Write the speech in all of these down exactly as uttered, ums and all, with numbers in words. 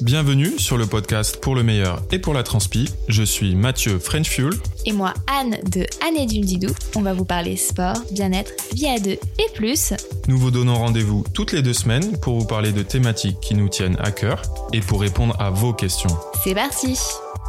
Bienvenue sur le podcast pour le meilleur et pour la transpi. Je suis Mathieu French Fuel. Et moi Anne de Anne et du Didou. On va vous parler sport, bien-être, vie à deux et plus. Nous vous donnons rendez-vous toutes les deux semaines pour vous parler de thématiques qui nous tiennent à cœur et pour répondre à vos questions. C'est parti!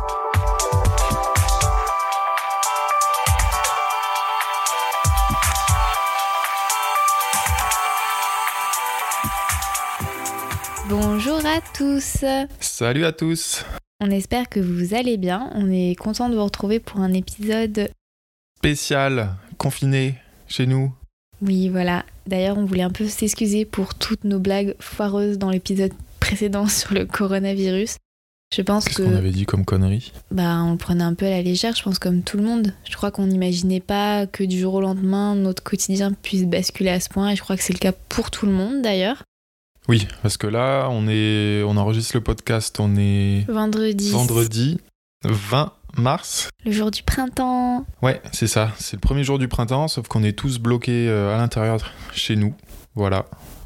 Bonjour à tous. Salut à tous. On espère que vous allez bien. On est content de vous retrouver pour un épisode spécial, confiné chez nous. Oui, voilà. D'ailleurs, on voulait un peu s'excuser pour toutes nos blagues foireuses dans l'épisode précédent sur le coronavirus. Je pense Qu'est-ce que... qu'on avait dit comme connerie ? Bah, on le prenait un peu à la légère, je pense, comme tout le monde. Je crois qu'on n'imaginait pas que du jour au lendemain, notre quotidien puisse basculer à ce point. Et je crois que c'est le cas pour tout le monde, d'ailleurs. Oui, parce que là, on est, on enregistre le podcast, on est Vendredi. vendredi vingt mars. Le jour du printemps. Ouais, c'est ça. C'est le premier jour du printemps, sauf qu'on est tous bloqués à l'intérieur chez nous. Voilà.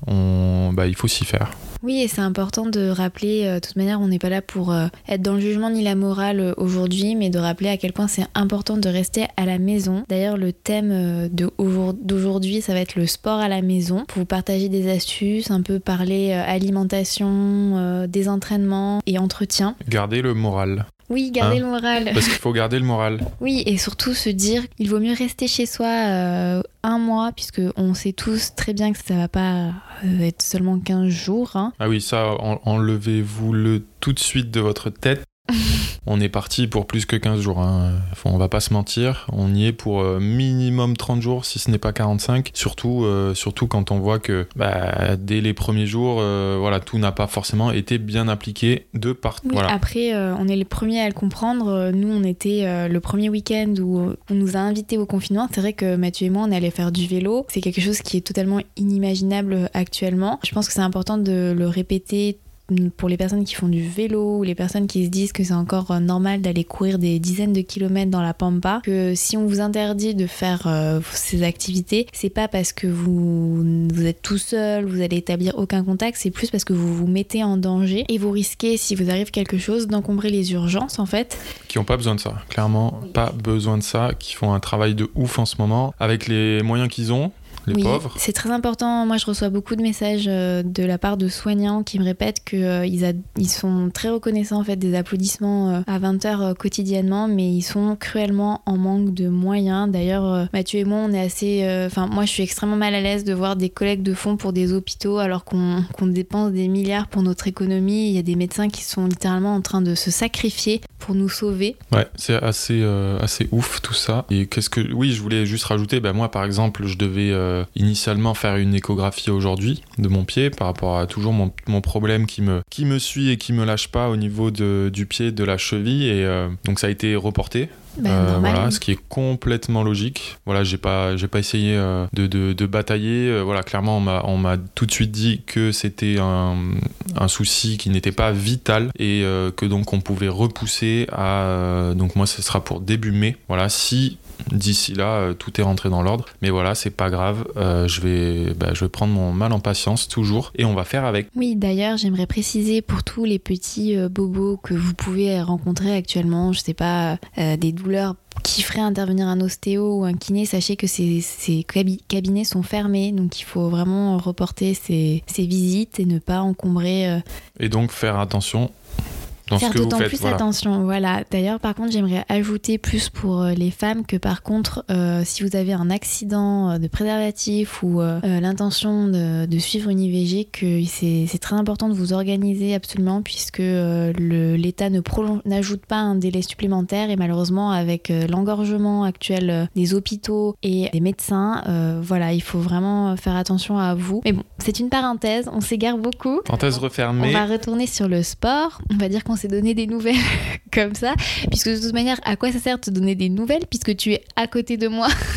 On... Bah, il faut s'y faire. Oui, et c'est important de rappeler, euh, de toute manière, on n'est pas là pour euh, être dans le jugement ni la morale euh, aujourd'hui, mais de rappeler à quel point c'est important de rester à la maison. D'ailleurs, le thème euh, de, d'aujourd'hui, ça va être le sport à la maison, pour vous partager des astuces, un peu parler euh, alimentation, euh, des entraînements et entretien. Garder le moral. Oui, garder hein le moral. Parce qu'il faut garder le moral. Oui, et surtout se dire qu'il vaut mieux rester chez soi euh, un mois, puisque on sait tous très bien que ça va pas euh, être seulement quinze jours. Hein. Ah oui, ça, en- enlevez-vous-le tout de suite de votre tête. On est parti pour plus que quinze jours. Hein. Enfin, on va pas se mentir. On y est pour euh, minimum trente jours, si ce n'est pas quarante-cinq. Surtout, euh, surtout quand on voit que bah, dès les premiers jours, euh, voilà, tout n'a pas forcément été bien appliqué de partout. Oui, Voilà. après, euh, on est les premiers à le comprendre. Nous, on était euh, le premier week-end où on nous a invités au confinement. C'est vrai que Mathieu et moi, on allait faire du vélo. C'est quelque chose qui est totalement inimaginable actuellement. Je pense que c'est important de le répéter pour les personnes qui font du vélo ou les personnes qui se disent que c'est encore normal d'aller courir des dizaines de kilomètres dans la pampa, que si on vous interdit de faire euh, ces activités, c'est pas parce que vous, vous êtes tout seul, vous allez établir aucun contact, c'est plus parce que vous vous mettez en danger et vous risquez, si vous arrive quelque chose, d'encombrer les urgences en fait. Qui n'ont pas besoin de ça. Clairement, Oui. pas besoin de ça. Qui font un travail de ouf en ce moment avec les moyens qu'ils ont. Les oui, pauvres. c'est très important. Moi, je reçois beaucoup de messages euh, de la part de soignants qui me répètent qu'ils euh, a... ils sont très reconnaissants en fait, des applaudissements euh, à vingt heures euh, quotidiennement, mais ils sont cruellement en manque de moyens. D'ailleurs, euh, Mathieu et moi, on est assez... Enfin, euh, moi, je suis extrêmement mal à l'aise de voir des collectes de fonds pour des hôpitaux alors qu'on, qu'on dépense des milliards pour notre économie. Il y a des médecins qui sont littéralement en train de se sacrifier pour nous sauver. Ouais, c'est assez, euh, assez ouf tout ça. Et qu'est-ce que... Oui, je voulais juste rajouter, bah, moi par exemple, je devais... Euh, initialement faire une échographie aujourd'hui de mon pied par rapport à toujours mon, mon problème qui me, qui me suit et qui me lâche pas au niveau de, du pied, de la cheville et euh, donc ça a été reporté. Ben, Euh, normal. voilà, ce qui est complètement logique. Voilà, j'ai pas, j'ai pas essayé euh, de, de, de batailler. Euh, voilà, clairement, on m'a, on m'a tout de suite dit que c'était un, un souci qui n'était pas vital et euh, que donc on pouvait repousser à. Euh, donc moi, ce sera pour début mai. Voilà, si d'ici là euh, tout est rentré dans l'ordre. Mais voilà, c'est pas grave. Euh, je vais, bah, je vais prendre mon mal en patience toujours et on va faire avec. Oui, d'ailleurs, j'aimerais préciser pour tous les petits euh, bobos que vous pouvez rencontrer actuellement, je sais pas, euh, des douleurs qui feraient intervenir un ostéo ou un kiné, sachez que ces, ces cabi- cabinets sont fermés, donc il faut vraiment reporter ces, ces visites et ne pas encombrer... Euh, Et donc faire attention. Dans Faire ce que vous d'autant faites, plus voilà. attention, voilà. D'ailleurs, par contre, j'aimerais ajouter plus pour euh, les femmes que par contre, euh, si vous avez un accident euh, de préservatif ou euh, euh, l'intention de, de suivre une I V G, que c'est, c'est très important de vous organiser absolument puisque euh, le, l'État ne prolonge, n'ajoute pas un délai supplémentaire et malheureusement avec euh, l'engorgement actuel euh, des hôpitaux et des médecins, euh, voilà, il faut vraiment faire attention à vous. Mais bon, c'est une parenthèse, on s'égare beaucoup. Parenthèse refermée. On va retourner sur le sport. On va dire qu'on s'est donné des nouvelles comme ça, puisque de toute manière, à quoi ça sert de te donner des nouvelles puisque tu es à côté de moi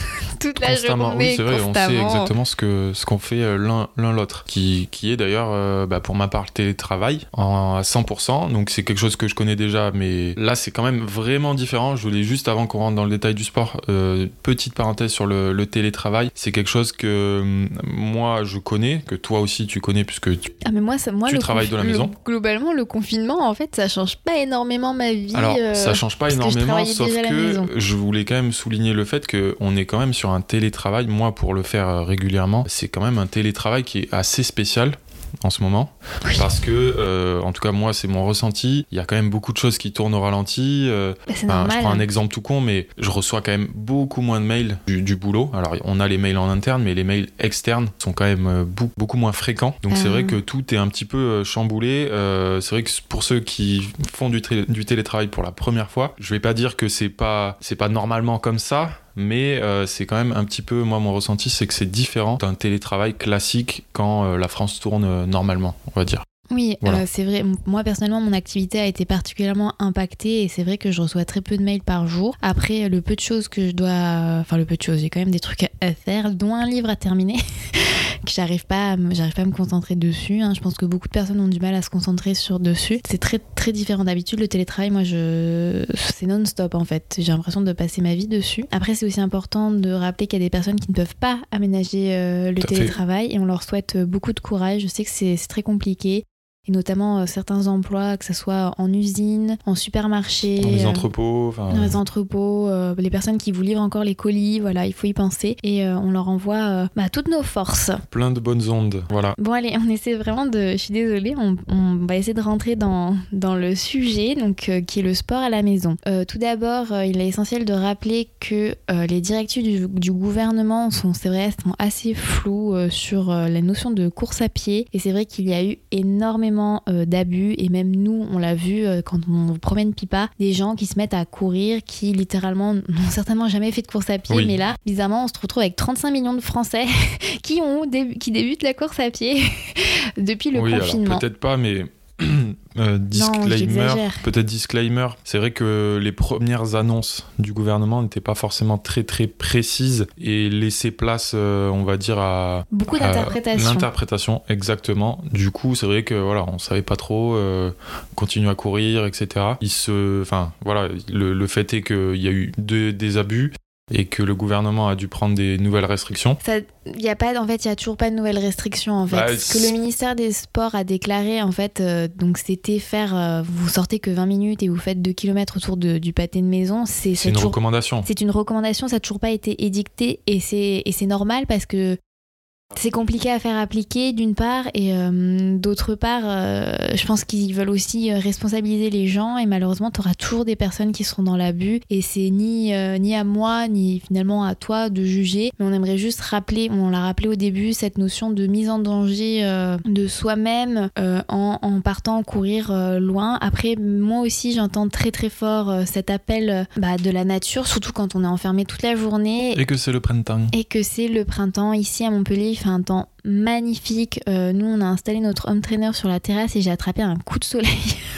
toute la constamment. journée. Oui, c'est vrai, constamment. on sait exactement ce que ce qu'on fait l'un l'un l'autre. Qui qui est d'ailleurs, euh, bah, pour ma part, le télétravail en, à cent pour cent. Donc c'est quelque chose que je connais déjà, mais là c'est quand même vraiment différent. Je voulais juste, avant qu'on rentre dans le détail du sport, euh, petite parenthèse sur le, le télétravail. C'est quelque chose que euh, moi je connais, que toi aussi tu connais puisque tu, ah, mais moi, ça, moi, tu le travailles confi- de la maison. Le, globalement, le confinement, en fait, ça change pas énormément ma vie. Alors, euh, ça change pas parce que je énormément, travaillais sauf déjà à la que maison. je voulais quand même souligner le fait qu'on est quand même sur un télétravail. Moi, pour le faire euh, régulièrement, c'est quand même un télétravail qui est assez spécial en ce moment, Oui. parce que euh, en tout cas moi c'est mon ressenti, il y a quand même beaucoup de choses qui tournent au ralenti. euh, Bah, c'est enfin, normal. je prends un exemple tout con, mais je reçois quand même beaucoup moins de mails du, du boulot. Alors on a les mails en interne, mais les mails externes sont quand même euh, beaucoup, beaucoup moins fréquents, donc Ah. c'est vrai que tout est un petit peu euh, chamboulé. Euh, c'est vrai que pour ceux qui font du, tra- du télétravail pour la première fois, je vais pas dire que c'est pas, c'est pas normalement comme ça, mais euh, c'est quand même un petit peu, moi mon ressenti c'est que c'est différent d'un télétravail classique quand euh, la France tourne euh, normalement, on va dire. Oui, Voilà. euh, c'est vrai. M- Moi, personnellement, mon activité a été particulièrement impactée et c'est vrai que je reçois très peu de mails par jour. Après, le peu de choses que je dois... Enfin, le peu de choses, j'ai quand même des trucs à- à faire, dont un livre à terminer, que j'arrive pas, à me- j'arrive pas à me concentrer dessus. hein. Je pense que beaucoup de personnes ont du mal à se concentrer sur dessus. C'est très, très différent d'habitude. Le télétravail, moi, je... c'est non-stop, en fait. J'ai l'impression de passer ma vie dessus. Après, c'est aussi important de rappeler qu'il y a des personnes qui ne peuvent pas aménager euh, le Tout à fait. télétravail et on leur souhaite euh, beaucoup de courage. Je sais que c'est, c'est très compliqué. Et notamment euh, certains emplois, que ce soit en usine, en supermarché, Dans les euh, entrepôts, enfin, dans les entrepôts, euh, les personnes qui vous livrent encore les colis, voilà, il faut y penser. Et euh, on leur envoie euh, bah, toutes nos forces. plein de bonnes ondes, voilà. Bon allez, on essaie vraiment de... Je suis désolée, on, on va essayer de rentrer dans, dans le sujet, donc, euh, qui est le sport à la maison. Euh, tout d'abord, euh, il est essentiel de rappeler que euh, les directives du, du gouvernement sont, c'est vrai, sont assez floues euh, sur euh, la notion de course à pied. Et c'est vrai qu'il y a eu énormément euh, d'abus, et même nous, on l'a vu euh, quand on promène Pipa, des gens qui se mettent à courir, qui littéralement n'ont certainement jamais fait de course à pied, Oui. mais là, bizarrement, on se retrouve avec trente-cinq millions de Français qui, ont dé- qui débutent la course à pied depuis le oui, confinement. alors peut-être pas, mais euh, disclaimer, j'exagère. peut-être disclaimer. C'est vrai que les premières annonces du gouvernement n'étaient pas forcément très très précises et laissaient place, euh, on va dire, à Beaucoup à d'interprétations. L'interprétation, exactement. Du coup, c'est vrai que voilà, on savait pas trop, euh, continuer à courir, et cetera. Il se, enfin voilà, le, le fait est qu'il y a eu de- des abus et que le gouvernement a dû prendre des nouvelles restrictions. Ça, y a pas, en fait, il n'y a toujours pas de nouvelles restrictions. En fait. Bah, Ce que le ministère des Sports a déclaré, en fait, euh, donc c'était faire. Euh, vous sortez que vingt minutes et vous faites deux kilomètres autour de, du pâté de maison. C'est, C'est une toujours, recommandation. c'est une recommandation, ça n'a toujours pas été édicté et c'est, et c'est normal parce que c'est compliqué à faire appliquer d'une part et euh, d'autre part euh, je pense qu'ils veulent aussi euh, responsabiliser les gens et malheureusement tu auras toujours des personnes qui seront dans l'abus et c'est ni, euh, ni à moi ni finalement à toi de juger, mais on aimerait juste rappeler, on l'a rappelé au début, cette notion de mise en danger euh, de soi-même euh, en, en partant courir euh, loin. Après moi aussi j'entends très très fort euh, cet appel euh, bah, de la nature, surtout quand on est enfermé toute la journée Et que c'est le printemps. et que c'est le printemps. Ici à Montpellier, il fait un temps magnifique. Euh, nous, on a installé notre home trainer sur la terrasse et j'ai attrapé un coup de soleil.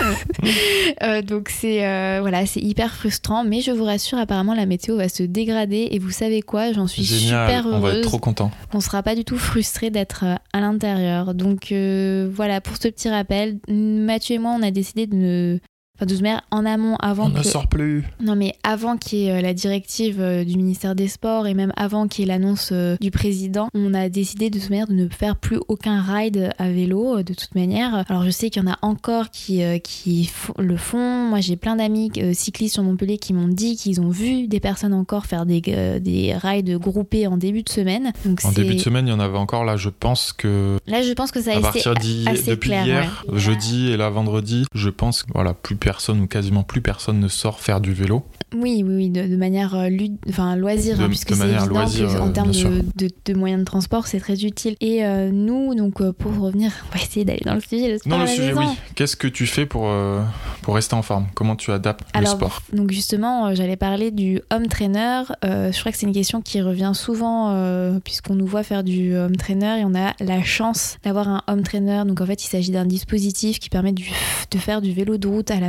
euh, donc c'est euh, voilà, c'est hyper frustrant, mais je vous rassure, apparemment la météo va se dégrader et vous savez quoi, j'en suis Génial, super heureuse. on va être trop contents. On sera pas du tout frustré d'être euh, à l'intérieur. Donc euh, voilà, pour ce petit rappel, Mathieu et moi, on a décidé de ne Enfin, de se mettre en amont avant On que... ne sort plus. Non, mais avant qu'il y ait euh, la directive euh, du ministère des Sports et même avant qu'il y ait l'annonce euh, du président, on a décidé de se mettre de ne faire plus aucun ride à vélo euh, de toute manière. Alors je sais qu'il y en a encore qui, euh, qui f- le font. Moi j'ai plein d'amis euh, cyclistes sur Montpellier qui m'ont dit qu'ils ont vu des personnes encore faire des, euh, des rides groupés en début de semaine. Donc, En c'est... début de semaine, il y en avait encore. Là, je pense que Là je pense que ça a à été partir d'hi- assez depuis clair, hier, ouais. jeudi et là vendredi, je pense que voilà, plus personne ou quasiment plus personne ne sort faire du vélo. Oui, oui, oui, de, de manière euh, lud... enfin, loisir, De- hein, puisque de c'est manière évident loisir, qu'en euh, termes bien sûr. de, de, de moyens de transport, c'est très utile. Et euh, nous, donc euh, pour revenir, on va essayer d'aller dans le sujet, le sport Non, à le la sujet, maison. oui. Qu'est-ce que tu fais pour, euh, pour rester en forme? Comment tu adaptes Alors, le sport? donc justement, euh, j'allais parler du home trainer. Euh, je crois que c'est une question qui revient souvent euh, puisqu'on nous voit faire du home trainer et on a la chance d'avoir un home trainer. Donc en fait, il s'agit d'un dispositif qui permet du, de faire du vélo de route à la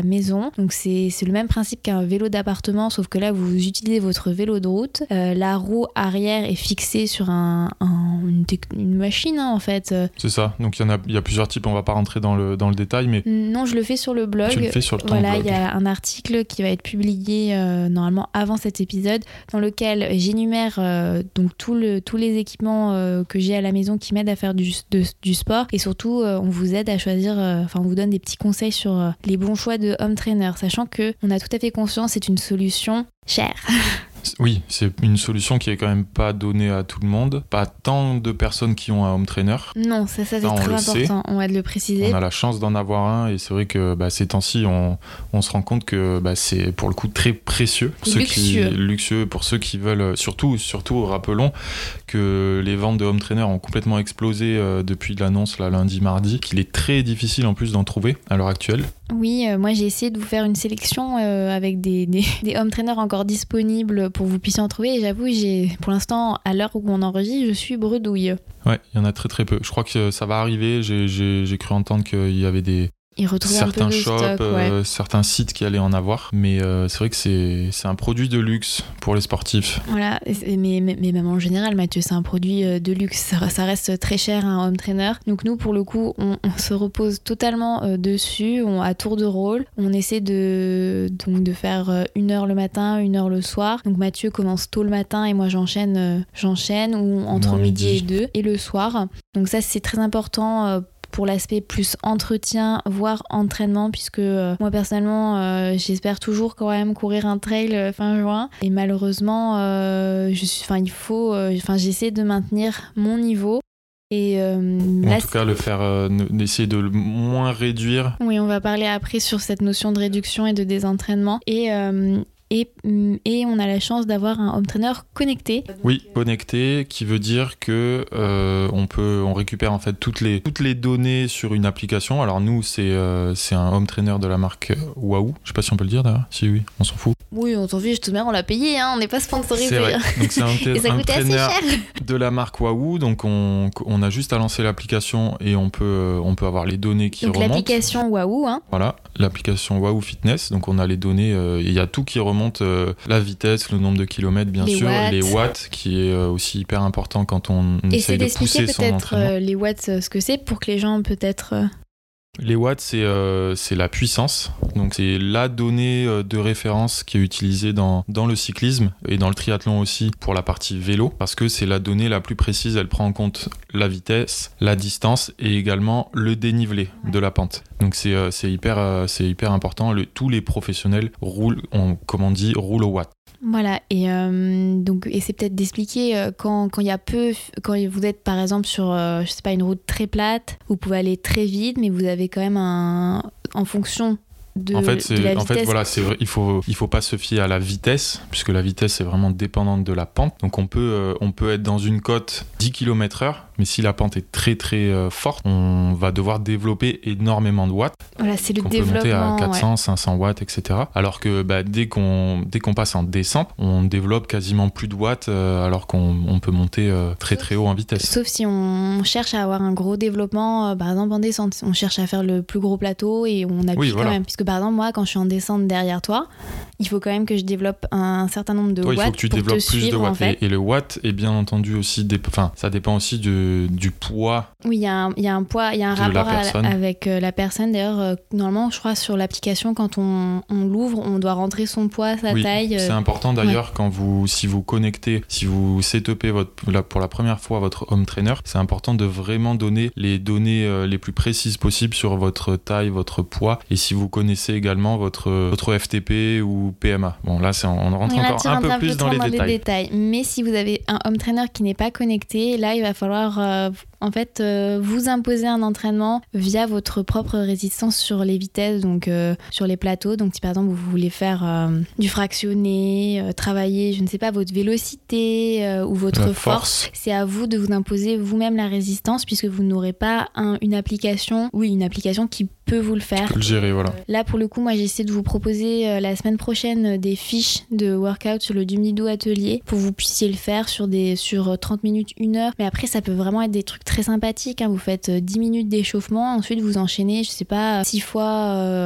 maison. Donc c'est, c'est le même principe qu'un vélo d'appartement, sauf que là vous utilisez votre vélo de route. Euh, la roue arrière est fixée sur un, un, une, tec- une machine hein, en fait. C'est ça. Donc il y en a, il y a plusieurs types. On va pas rentrer dans le dans le détail, mais non, je le fais sur le blog. Tu le fais sur ton voilà, blog. Il y a un article qui va être publié euh, normalement avant cet épisode, dans lequel j'énumère euh, donc tout le, tous les équipements euh, que j'ai à la maison qui m'aident à faire du, de, du sport, et surtout euh, on vous aide à choisir, enfin euh, on vous donne des petits conseils sur euh, les bons choix de home trainer, sachant que on a tout à fait conscience, c'est une solution chère. Oui, c'est une solution qui est quand même pas donnée à tout le monde. Pas tant de personnes qui ont un home trainer. Non, ça, ça c'est ça, très on important, on va le préciser. On a la chance d'en avoir un, et c'est vrai que bah, ces temps-ci, on, on se rend compte que bah, c'est pour le coup très précieux. Pour ceux luxueux. Qui, luxueux, pour ceux qui veulent, surtout, surtout rappelons que les ventes de home trainer ont complètement explosé euh, depuis l'annonce là, lundi, mardi, qu'il est très difficile en plus d'en trouver à l'heure actuelle. Oui, euh, moi j'ai essayé de vous faire une sélection euh, avec des, des, des home trainers encore disponibles pour que vous puissiez en trouver, et j'avoue, j'ai, pour l'instant, à l'heure où on enregistre, je suis bredouille. Ouais, il y en a très très peu. Je crois que ça va arriver, j'ai, j'ai, j'ai cru entendre qu'il y avait des... certains un peu shops, stock, euh, ouais. certains sites qui allaient en avoir, mais euh, c'est vrai que c'est, c'est un produit de luxe pour les sportifs. Voilà, mais, mais, mais même en général, Mathieu, c'est un produit de luxe, ça, ça reste très cher un home trainer. Donc nous, pour le coup, on, on se repose totalement euh, dessus, on, à tour de rôle. On essaie de, donc, de faire une heure le matin, une heure le soir. Donc Mathieu commence tôt le matin et moi j'enchaîne, euh, j'enchaîne ou entre Moi, midi, midi et deux, et le soir. Donc ça, c'est très important euh, pour l'aspect plus entretien, voire entraînement, puisque euh, moi personnellement euh, j'espère toujours quand même courir un trail euh, fin juin, et malheureusement euh, je suis, enfin il faut, enfin euh, j'essaie de maintenir mon niveau. Et euh, en là, tout cas, le faire, euh, d'essayer de le moins réduire. Oui, on va parler après sur cette notion de réduction et de désentraînement. Et euh, Et, et on a la chance d'avoir un home trainer connecté. Oui, connecté, qui veut dire que euh, on peut, on récupère en fait toutes les toutes les données sur une application. Alors nous, c'est euh, c'est un home trainer de la marque Wahoo. Je sais pas si on peut le dire d'ailleurs. Si oui, on s'en fout. Oui, on s'en fiche. Tout de même, on l'a payé. Hein, on n'est pas sponsorisé. C'est vrai. Donc c'est un, t- et ça un coûtait assez trainer cher. de la marque Wahoo. Donc on on a juste à lancer l'application et on peut on peut avoir les données qui donc, remontent. Donc l'application Wahoo. Hein. Voilà, l'application Wahoo Fitness. Donc on a les données. Il euh, y a tout qui remonte. Euh, la vitesse, le nombre de kilomètres, bien les sûr, watts. les watts, qui est euh, aussi hyper important quand on essaye de pousser son entraînement. Et c'est d'expliquer peut-être euh, les watts, euh, ce que c'est, pour que les gens peut-être... Euh... Les watts, c'est, euh, c'est la puissance. Donc c'est la donnée euh, de référence qui est utilisée dans, dans le cyclisme et dans le triathlon aussi pour la partie vélo, parce que c'est la donnée la plus précise. Elle prend en compte la vitesse, la distance et également le dénivelé de la pente. Donc c'est, euh, c'est, hyper, euh, c'est hyper important. Le, tous les professionnels roulent, on, comme on dit, roulent au watt. Voilà, et, euh, donc, et c'est peut-être d'expliquer euh, quand il y a peu, quand vous êtes par exemple sur, euh, je sais pas, une route très plate, vous pouvez aller très vite, mais vous avez quand même un, en fonction de, en fait, c'est, de la en vitesse. fait, voilà, c'est vrai, il faut, il faut pas se fier à la vitesse, puisque la vitesse est vraiment dépendante de la pente. Donc on peut, euh, on peut être dans une côte dix kilomètres heure, mais si la pente est très très euh, forte, on va devoir développer énormément de watts. Voilà, c'est le on développement. On peut monter à quatre cents, ouais. cinq cents watts, et cetera. Alors que bah, dès, qu'on, dès qu'on passe en descente, on développe quasiment plus de watts, euh, alors qu'on on peut monter euh, très très haut en vitesse. Sauf si on cherche à avoir un gros développement, euh, par exemple en descente. On cherche à faire le plus gros plateau et on appuie oui, quand voilà. même. Puisque par exemple, moi, quand je suis en descente derrière toi, il faut quand même que je développe un certain nombre de toi, watts. Il faut que tu pour développes te plus suivre, de watts. En fait. et, et le watt est bien entendu aussi, dé... enfin, ça dépend aussi de, du poids. Oui, il y, y a un poids, il y a un rapport à, avec euh, la personne. D'ailleurs, euh, normalement, je crois sur l'application, quand on, on l'ouvre, on doit rentrer son poids, sa oui, taille. Euh... C'est important d'ailleurs ouais. quand vous, si vous connectez, si vous setupez votre, là, pour la première fois votre home trainer, c'est important de vraiment donner les données euh, les plus précises possibles sur votre taille, votre poids, et si vous connaissez également votre, votre F T P ou P M A. Bon, là, c'est, on rentre oui, là, encore un peu un plus peu dans, les, dans détails. les détails. Mais si vous avez un home trainer qui n'est pas connecté, là, il va falloir euh, en fait euh, vous imposer un entraînement via votre propre résistance sur les vitesses, donc euh, sur les plateaux. Donc si par exemple vous voulez faire euh, du fractionné, euh, travailler, je ne sais pas, votre vélocité euh, ou votre la force, force, c'est à vous de vous imposer vous-même la résistance, puisque vous n'aurez pas un, une application, oui, une application qui peut vous le faire. Tu peux le gérer, voilà. Là, pour le coup, moi, j'essaie de vous proposer euh, la semaine prochaine euh, des fiches de workout sur le Dumidou Atelier pour que vous puissiez le faire sur, des, sur trente minutes, une heure. Mais après, ça peut vraiment être des trucs très sympathiques. Hein. Vous faites euh, dix minutes d'échauffement, ensuite vous enchaînez, je sais pas, six fois... Euh,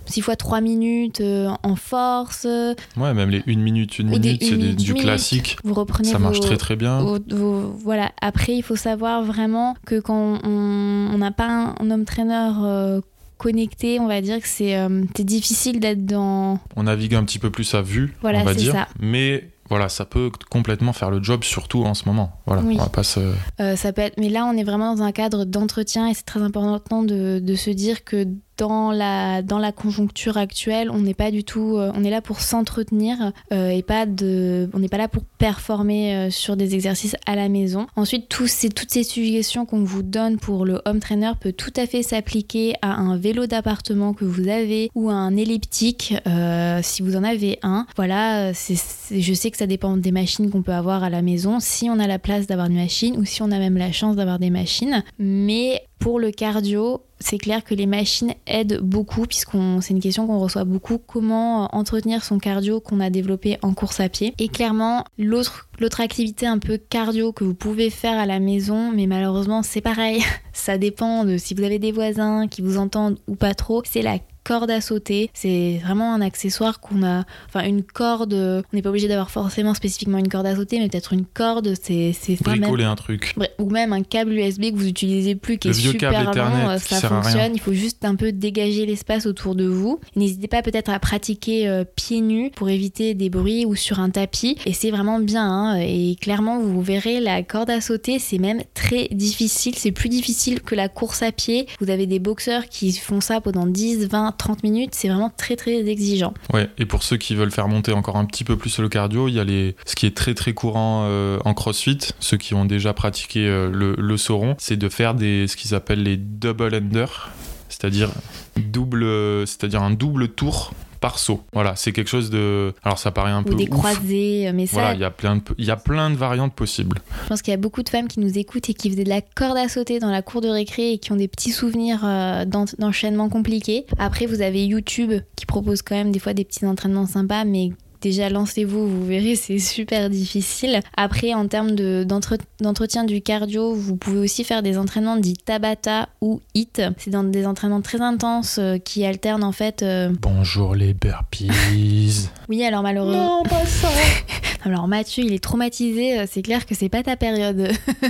six fois trois minutes euh, en force. Ouais, même les une minute, une minute, c'est des, du minutes. Classique. Vous reprenez ça vos, marche très très bien. Vos, vos, voilà. Après, il faut savoir vraiment que quand on n'a pas un, un home trainer euh, connecté, on va dire que c'est, euh, c'est difficile d'être dans... On navigue un petit peu plus à vue, voilà, on va c'est dire. Ça. Mais... Voilà, ça peut complètement faire le job, surtout en ce moment. Voilà, oui. on va pas se... Euh, ça peut être... Mais là, on est vraiment dans un cadre d'entretien et c'est très important de, de se dire que dans la, dans la conjoncture actuelle, on n'est pas du tout... Euh, on est là pour s'entretenir euh, et pas de... On n'est pas là pour performer euh, sur des exercices à la maison. Ensuite, tous ces, toutes ces suggestions qu'on vous donne pour le home trainer peut tout à fait s'appliquer à un vélo d'appartement que vous avez ou à un elliptique, euh, si vous en avez un. Voilà, c'est, c'est, je sais que ça dépend des machines qu'on peut avoir à la maison, si on a la place d'avoir une machine ou si on a même la chance d'avoir des machines. Mais pour le cardio, c'est clair que les machines aident beaucoup, puisqu'on c'est une question qu'on reçoit beaucoup, comment entretenir son cardio qu'on a développé en course à pied. Et clairement, l'autre, l'autre activité un peu cardio que vous pouvez faire à la maison, mais malheureusement c'est pareil, ça dépend de si vous avez des voisins qui vous entendent ou pas trop, c'est la corde à sauter. C'est vraiment un accessoire qu'on a, enfin une corde, on n'est pas obligé d'avoir forcément spécifiquement une corde à sauter, mais peut-être une corde, c'est c'est ça. Bricoler même, un truc. Ou même un câble U S B que vous utilisez plus, qui le est vieux super câble long, Ethernet, ça sert à fonctionne. rien. Il faut juste un peu dégager l'espace autour de vous. N'hésitez pas peut-être à pratiquer euh, pieds nus pour éviter des bruits ou sur un tapis. Et c'est vraiment bien. Hein, et clairement, vous verrez, la corde à sauter, c'est même très difficile. C'est plus difficile que la course à pied. Vous avez des boxeurs qui font ça pendant dix, vingt, trente minutes. C'est vraiment très très exigeant. Ouais, et pour ceux qui veulent faire monter encore un petit peu plus le cardio, il y a les, ce qui est très très courant euh, en CrossFit, ceux qui ont déjà pratiqué euh, le, le sauront, c'est de faire des, ce qu'ils appellent les double under, c'est-à-dire, double, c'est-à-dire un double tour par saut. Voilà, c'est quelque chose de... Alors ça paraît un ou peu des ouf. croisés, mais ça... Voilà, il y a plein de, il y a plein de variantes possibles. Je pense qu'il y a beaucoup de femmes qui nous écoutent et qui faisaient de la corde à sauter dans la cour de récré et qui ont des petits souvenirs euh, d'en- d'enchaînement compliqués. Après, vous avez YouTube qui propose quand même des fois des petits entraînements sympas, mais... Déjà, lancez-vous, vous verrez, c'est super difficile. Après, en termes de, d'entre, d'entretien du cardio, vous pouvez aussi faire des entraînements dits Tabata ou H I T. C'est dans des entraînements très intenses euh, qui alternent en fait... Euh... Bonjour les burpees. Oui, alors malheureusement... Non, pas ça. Alors Mathieu, il est traumatisé, c'est clair que c'est pas ta période.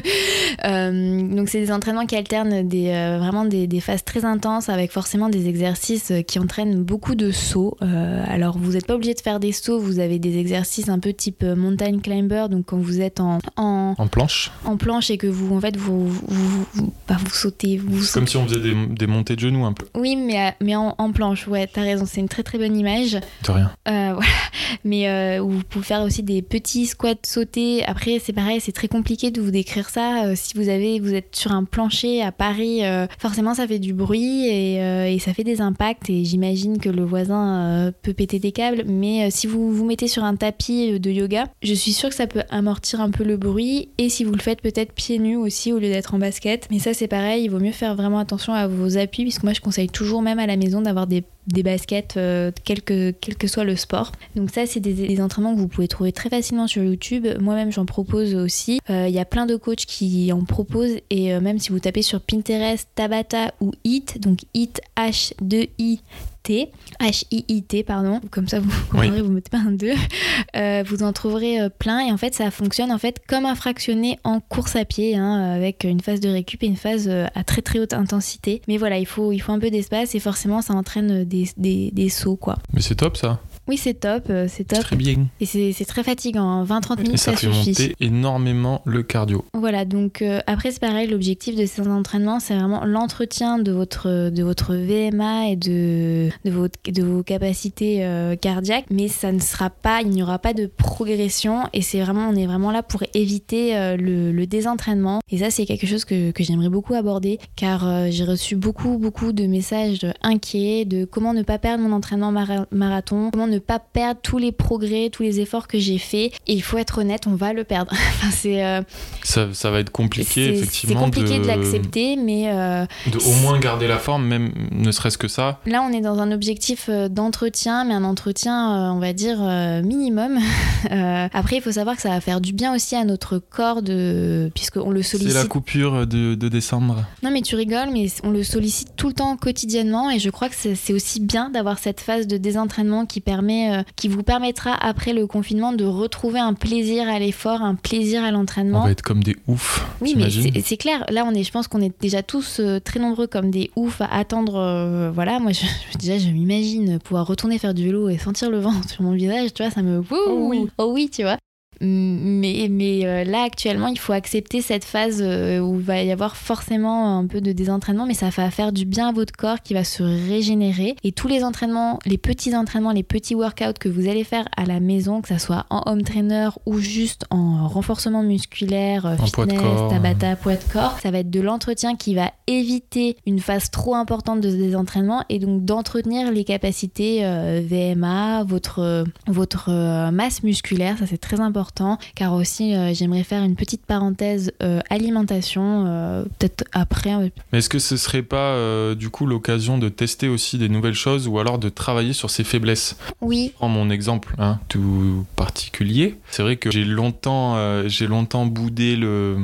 euh, donc c'est des entraînements qui alternent des, euh, vraiment des, des phases très intenses avec forcément des exercices qui entraînent beaucoup de sauts. Euh, alors vous n'êtes pas obligé de faire des sauts, vous avez des exercices un peu type mountain climber, donc quand vous êtes en, en, en planche en planche et que vous en fait vous, vous, vous, vous, bah, vous sautez. Vous c'est sautez. comme si on faisait des, des montées de genoux un peu. Oui, mais, mais en, en planche, ouais, t'as raison, c'est une très très bonne image. De rien. Euh, voilà. Mais euh, vous pouvez faire aussi des petits squats sautés. Après, c'est pareil, c'est très compliqué de vous décrire ça. Euh, si vous avez, vous êtes sur un plancher à Paris, euh, forcément, ça fait du bruit et, euh, et ça fait des impacts. Et j'imagine que le voisin euh, peut péter des câbles. Mais euh, si vous vous mettez sur un tapis de yoga, je suis sûre que ça peut amortir un peu le bruit. Et si vous le faites peut-être pieds nus aussi au lieu d'être en basket. Mais ça, c'est pareil, il vaut mieux faire vraiment attention à vos appuis, puisque moi, je conseille toujours, même à la maison, d'avoir des des baskets, euh, quel, que, quel que soit le sport. Donc ça, c'est des, des entraînements que vous pouvez trouver très facilement sur YouTube. Moi-même, j'en propose aussi. Il euh, y a plein de coachs qui en proposent et euh, même si vous tapez sur Pinterest, Tabata ou H I T, donc H I T, H deux I T, H I I T, pardon, comme ça vous comprendrez, oui. Vous mettez pas un deux, euh, vous en trouverez euh, plein et en fait ça fonctionne en fait comme un fractionné en course à pied, hein, avec une phase de récup et une phase euh, à très très haute intensité. Mais voilà, il faut, il faut un peu d'espace et forcément ça entraîne des, des, des sauts quoi. Mais c'est top ça. Oui, c'est top, c'est top. C'est très bien. Et c'est, c'est très fatigant, vingt à trente minutes, et ça, ça fait suffit. monter énormément le cardio. Voilà, donc euh, après c'est pareil, l'objectif de ces entraînements, c'est vraiment l'entretien de votre, de votre V M A et de, de, vos, de vos capacités euh, cardiaques, mais ça ne sera pas, il n'y aura pas de progression et c'est vraiment, on est vraiment là pour éviter euh, le, le désentraînement. Et ça, c'est quelque chose que, que j'aimerais beaucoup aborder, car euh, j'ai reçu beaucoup, beaucoup de messages inquiets de comment ne pas perdre mon entraînement mara- marathon, comment ne ne pas perdre tous les progrès, tous les efforts que j'ai faits. Et il faut être honnête, on va le perdre. enfin, c'est, euh, ça, ça va être compliqué, c'est, effectivement. C'est compliqué de, de l'accepter, mais... Euh, de au moins garder la forme, même ne serait-ce que ça. Là, on est dans un objectif d'entretien, mais un entretien, on va dire, minimum. euh, après, il faut savoir que ça va faire du bien aussi à notre corps, de... puisqu'on le sollicite. C'est la coupure de, de décembre. Non, mais tu rigoles, mais on le sollicite tout le temps, quotidiennement, et je crois que c'est, c'est aussi bien d'avoir cette phase de désentraînement qui, permet, euh, qui vous permettra, après le confinement, de retrouver un plaisir à l'effort, un plaisir à l'entraînement. On va être comme des oufs. Oui, t'imagines ? mais c'est, c'est clair. Là, on est, je pense qu'on est déjà tous euh, très nombreux comme des oufs à attendre. Euh, voilà, moi, je, je, déjà, je m'imagine pouvoir retourner faire du vélo et sentir le vent sur mon visage, tu vois, ça me... Oh oui, oh oui, tu vois. Mais, mais euh, là actuellement il faut accepter cette phase euh, où il va y avoir forcément un peu de désentraînement, mais ça va faire du bien à votre corps qui va se régénérer, et tous les entraînements, les petits entraînements, les petits workouts que vous allez faire à la maison, que ça soit en home trainer ou juste en renforcement musculaire, en fitness, poids de corps, tabata, poids de corps, ça va être de l'entretien qui va éviter une phase trop importante de désentraînement, et donc d'entretenir les capacités euh, V M A, votre, votre euh, masse musculaire, ça c'est très important. Car aussi euh, j'aimerais faire une petite parenthèse euh, alimentation euh, peut-être après. Euh... Mais est-ce que ce serait pas euh, du coup l'occasion de tester aussi des nouvelles choses, ou alors de travailler sur ses faiblesses ? Oui. Je prends mon exemple hein, tout particulier. C'est vrai que j'ai longtemps, euh, j'ai longtemps boudé le...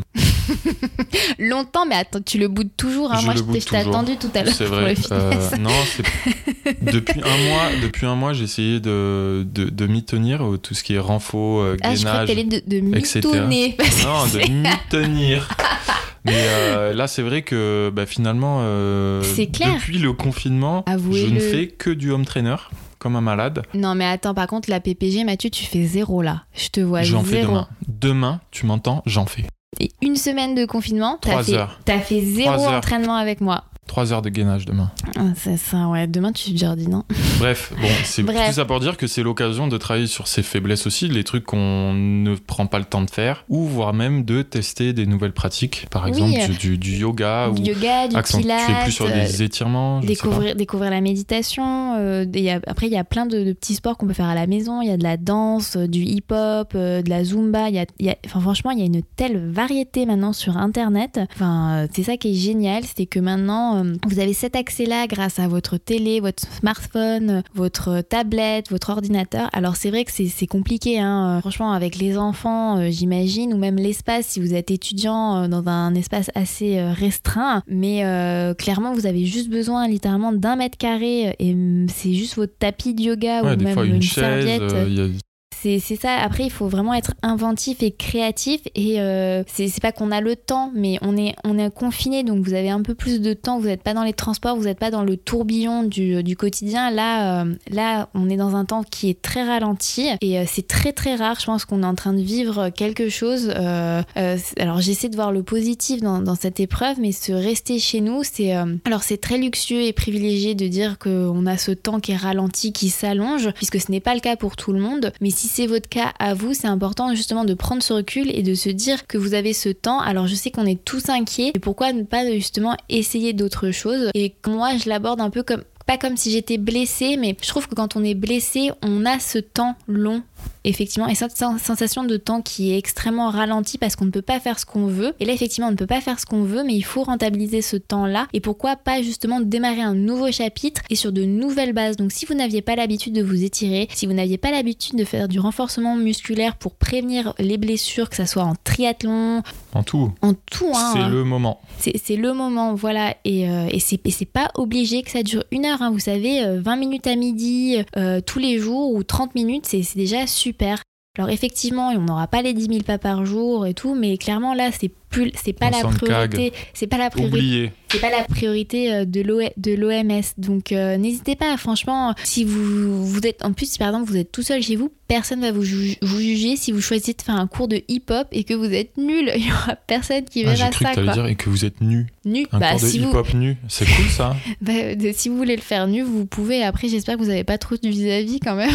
Longtemps, mais attends, tu le boudes toujours. Hein. Je Moi, le je, boude je t'ai attendu tout à l'heure. C'est vrai. Pour le euh, non, c'est... depuis un mois, depuis un mois, j'ai essayé de, de, de m'y tenir, tout ce qui est renfo, euh, ah, gainage, je crois que t'allais de, de m'y tourner. Non, de m'y tenir. Mais euh, là, c'est vrai que bah, finalement, euh, c'est clair. Depuis le confinement, Avouez-le. je ne fais que du home trainer. Comme un malade. Non mais attends, par contre la P P G, Mathieu, tu fais zéro là. Je te vois J'en zéro. fais demain. Demain, tu m'entends, j'en fais. Et une semaine de confinement, t'as Trois fait, heures. T'as fait zéro entraînement avec moi. Trois heures de gainage demain. Ah, c'est ça, ouais. Demain, tu dis non. Bref, bon, c'est Bref. tout ça pour dire que c'est l'occasion de travailler sur ses faiblesses aussi, les trucs qu'on ne prend pas le temps de faire, ou voire même de tester des nouvelles pratiques. Par exemple, oui. du, du yoga. Du ou yoga, du accent, pilates. Tu fais plus sur des étirements. Je découvrir, sais pas. découvrir la méditation. Euh, y a, après, il y a plein de, de petits sports qu'on peut faire à la maison. Il y a de la danse, euh, du hip-hop, euh, de la zumba. Y a, y a, enfin, franchement, il y a une telle variété maintenant sur Internet. Enfin, euh, c'est ça qui est génial, c'est que maintenant, euh, vous avez cet accès-là grâce à votre télé, votre smartphone, votre tablette, votre ordinateur. Alors c'est vrai que c'est, c'est compliqué, hein. Franchement, avec les enfants, euh, j'imagine, ou même l'espace, si vous êtes étudiant euh, dans un espace assez euh, restreint. Mais euh, clairement, vous avez juste besoin littéralement d'un mètre carré, et euh, c'est juste votre tapis de yoga ouais, ou des même fois, une, une chaise, serviette. euh, y a... C'est, c'est ça. Après, il faut vraiment être inventif et créatif. Et euh, c'est, c'est pas qu'on a le temps, mais on est, on est confiné, donc vous avez un peu plus de temps. Vous n'êtes pas dans les transports, vous n'êtes pas dans le tourbillon du, du quotidien. Là, euh, là, on est dans un temps qui est très ralenti. Et euh, c'est très, très rare. Je pense qu'on est en train de vivre quelque chose. Euh, euh, alors, j'essaie de voir le positif dans, dans cette épreuve, mais se rester chez nous, c'est... Euh, alors, c'est très luxueux et privilégié de dire qu'on a ce temps qui est ralenti, qui s'allonge, puisque ce n'est pas le cas pour tout le monde. Mais si c'est votre cas à vous, c'est important justement de prendre ce recul et de se dire que vous avez ce temps. Alors je sais qu'on est tous inquiets, mais pourquoi ne pas justement essayer d'autres choses? Et moi je l'aborde un peu comme, pas comme si j'étais blessée, mais je trouve que quand on est blessé, on a ce temps long, effectivement, et cette sensation de temps qui est extrêmement ralentie parce qu'on ne peut pas faire ce qu'on veut. Et là, effectivement, on ne peut pas faire ce qu'on veut, mais il faut rentabiliser ce temps-là. Et pourquoi pas justement démarrer un nouveau chapitre et sur de nouvelles bases. Donc, si vous n'aviez pas l'habitude de vous étirer, si vous n'aviez pas l'habitude de faire du renforcement musculaire pour prévenir les blessures, que ça soit en triathlon, en tout, en tout, hein, c'est le moment. C'est, c'est le moment, voilà. Et, euh, et, c'est, et c'est pas obligé que ça dure une heure. Hein. Vous savez, euh, vingt minutes à midi, euh, tous les jours, ou trente minutes, c'est, c'est déjà super. Alors effectivement, on n'aura pas les dix mille pas par jour et tout, mais clairement là, c'est plus, c'est pas la priorité. C'est pas la priorité. Oublié. C'est pas la priorité de l'O M S. Donc euh, n'hésitez pas. Franchement, si vous vous êtes, en plus, si par exemple vous êtes tout seul chez vous, personne va vous, ju- vous juger si vous choisissez de faire un cours de hip-hop et que vous êtes nul. Il y aura personne qui verra ah, j'ai cru ça. Que t'allais quoi. dire et que vous êtes nu. Nu. Un bah, cours de si hip-hop vous... nu, c'est cool ça. bah, de, si vous voulez le faire nu, vous pouvez. Après, j'espère que vous n'avez pas trop de vis-à-vis quand même.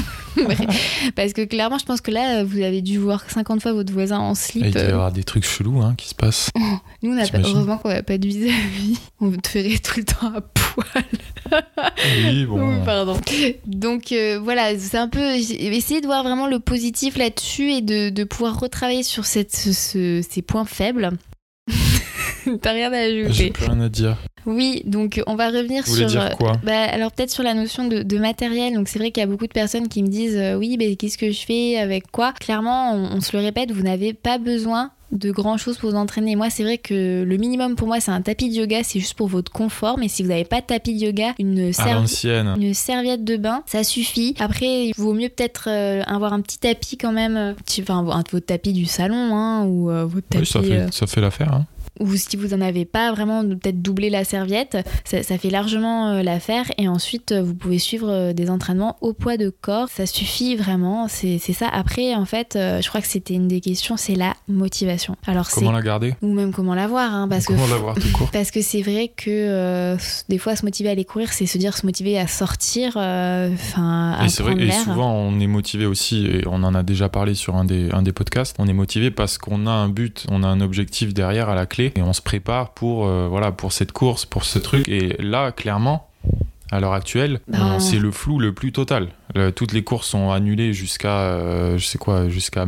Parce que clairement, je pense que là, vous avez dû voir cinquante fois votre voisin en slip. Et il doit y avoir des trucs chelous hein, qui se passent. Nous, on a pas, heureusement qu'on n'a pas de vis-à-vis. On te ferait tout le temps à poil. Oui, bon. Oui, pardon. Donc euh, voilà, c'est un peu essayer de voir vraiment le positif là-dessus et de, de pouvoir retravailler sur cette, ce, ce, ces points faibles. T'as rien à ajouter. J'ai plus rien à dire. Oui, donc on va revenir Vous voulez sur. dire quoi ? Bah, alors peut-être sur la notion de, de matériel. Donc c'est vrai qu'il y a beaucoup de personnes qui me disent euh, oui, mais qu'est-ce que je fais avec quoi ? Clairement, on, on se le répète, vous n'avez pas besoin de grand chose pour vous entraîner. Moi, c'est vrai que le minimum pour moi, c'est un tapis de yoga, c'est juste pour votre confort. Mais si vous n'avez pas de tapis de yoga, une, servi- une serviette de bain, ça suffit. Après, il vaut mieux peut-être euh, avoir un petit tapis quand même, enfin votre tapis du salon hein, ou euh, votre tapis. Oui, ça fait, euh... ça fait l'affaire. Hein. Ou si vous en avez pas, vraiment peut-être doubler la serviette, ça, ça fait largement euh, l'affaire. Et ensuite, euh, vous pouvez suivre euh, des entraînements au poids de corps. Ça suffit vraiment, c'est, c'est ça. Après, en fait, euh, je crois que c'était une des questions, c'est la motivation. Alors, comment c'est... la garder ? Ou même comment l'avoir. Hein, parce comment que... l'avoir tout court ? Parce que c'est vrai que euh, des fois, se motiver à aller courir, c'est se dire se motiver à sortir, enfin euh, à et c'est prendre vrai, l'air. Et souvent, on est motivé aussi, et on en a déjà parlé sur un des, un des podcasts, on est motivé parce qu'on a un but, on a un objectif derrière à la clé, et on se prépare pour, euh, voilà, pour cette course, pour ce truc. Et là, clairement, à l'heure actuelle, ben... on, c'est le flou le plus total. Le, toutes les courses sont annulées jusqu'à, euh, je sais quoi, jusqu'à,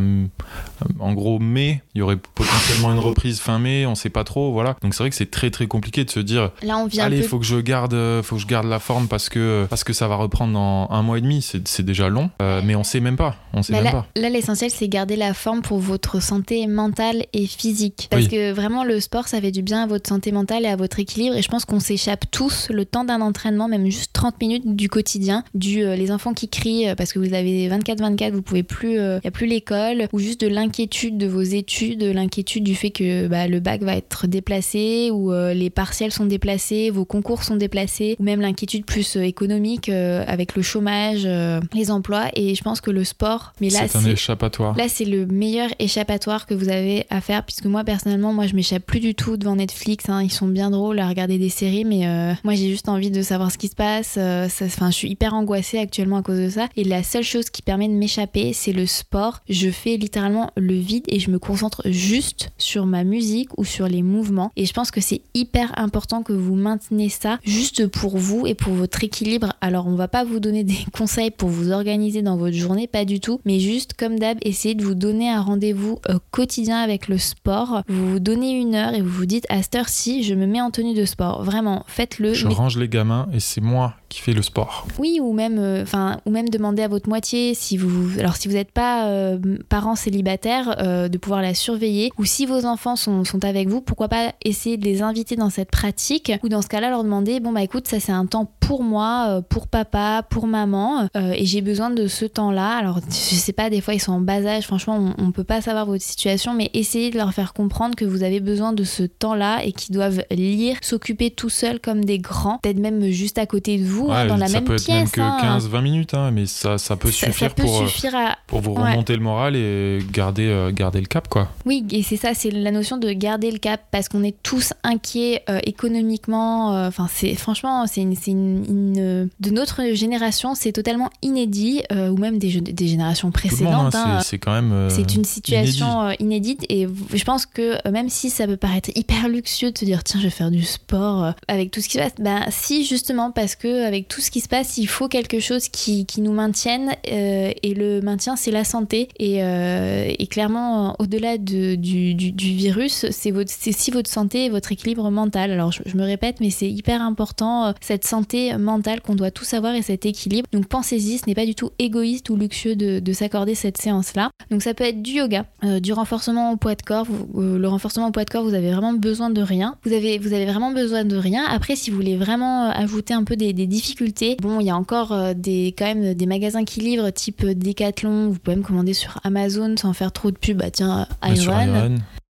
en gros, mai. Il y aurait potentiellement une reprise fin mai, on sait pas trop, voilà. Donc c'est vrai que c'est très très compliqué de se dire, là, on vient allez, peu... faut que je garde, faut que je garde la forme parce que parce que ça va reprendre dans un mois et demi. C'est, c'est déjà long, euh, mais on sait même pas, on sait bah même là, pas. Là, l'essentiel, c'est garder la forme pour votre santé mentale et physique, parce oui. que vraiment le sport, ça fait du bien à votre santé mentale et à votre équilibre. Et je pense qu'on s'échappe tous le temps d'un entraînement, même juste trente minutes du quotidien, du euh, les enfants qui crient parce que vous avez vingt-quatre vingt-quatre, vous pouvez plus, il euh, y a plus l'école, ou juste de l'inquiétude de vos études, l'inquiétude du fait que bah, le bac va être déplacé, ou euh, les partiels sont déplacés, vos concours sont déplacés, ou même l'inquiétude plus euh, économique euh, avec le chômage, euh, les emplois. Et je pense que le sport, mais là c'est un c'est, échappatoire. Là c'est le meilleur échappatoire que vous avez à faire, puisque moi personnellement, moi je m'échappe plus du tout devant Netflix. Hein, ils sont bien drôles à regarder des séries, mais euh, moi j'ai juste envie de savoir ce qui se passe. Euh, ça, je suis hyper angoissée actuellement à cause de ça. Et la seule chose qui permet de m'échapper, c'est le sport. Je fais littéralement le vide et je me concentre juste sur ma musique ou sur les mouvements. Et je pense que c'est hyper important que vous maintenez ça juste pour vous et pour votre équilibre. Alors on va pas vous donner des conseils pour vous organiser dans votre journée, pas du tout, mais juste comme d'hab, essayez de vous donner un rendez-vous euh, quotidien avec le sport. Vous vous donnez une heure et vous vous dites à cette heure-ci, je me mets en tenue de sport. Vraiment, faites-le. Je mais... range les gamins et c'est moi qui fais le sport. Oui, ou même, enfin, euh, ou même demander à votre moitié si vous, alors si vous n'êtes pas euh, parents célibataires, euh, de pouvoir la surveiller, ou si vos enfants sont, sont avec vous, pourquoi pas essayer de les inviter dans cette pratique, ou dans ce cas-là leur demander, bon bah écoute, ça c'est un temps pour moi, euh, pour papa, pour maman, euh, et j'ai besoin de ce temps-là. Alors je sais pas, des fois ils sont en bas âge, franchement on, on peut pas savoir votre situation, mais essayez de leur faire comprendre que vous avez besoin de ce temps-là et qu'ils doivent lire, s'occuper tout seuls comme des grands, peut-être même juste à côté de vous. Ouais, hein, dans la ça même peut être pièce, même que hein. quinze vingt minutes, hein, mais ça, ça peut ça, suffire, ça peut pour, suffire à... pour vous remonter ouais. le moral et garder, euh, garder le cap, quoi. Oui, et c'est ça, c'est la notion de garder le cap, parce qu'on est tous inquiets euh, économiquement. Enfin, euh, c'est franchement, c'est, une, c'est une, une, de notre génération, c'est totalement inédit, euh, ou même des, des générations précédentes. Monde, hein, hein, c'est, c'est quand même euh, c'est une situation inédit. inédite, et je pense que euh, même si ça peut paraître hyper luxueux de se dire tiens, je vais faire du sport euh, avec tout ce qui se passe, ben si, justement, parce que avec tout ce qui se passe, il faut quelque chose qui, qui nous maintienne, euh, et le maintien, c'est la santé. Et, euh, et clairement, au-delà de, du, du, du virus, c'est, votre, c'est si votre santé et votre équilibre mental. Alors je, je me répète, mais c'est hyper important, euh, cette santé mentale qu'on doit tous avoir et cet équilibre. Donc pensez-y, ce n'est pas du tout égoïste ou luxueux de, de s'accorder cette séance-là. Donc ça peut être du yoga, euh, du renforcement au poids de corps. Vous, euh, le renforcement au poids de corps, vous avez vraiment besoin de rien. Vous avez, vous avez vraiment besoin de rien. Après, si vous voulez vraiment ajouter un peu des, des difficultés, bon, il y a encore euh, des, quand même des magasins qui livrent type Decathlon. Vous pouvez me commander sur Amazon sans faire trop de pub. Bah tiens, Iron. Sur Iron.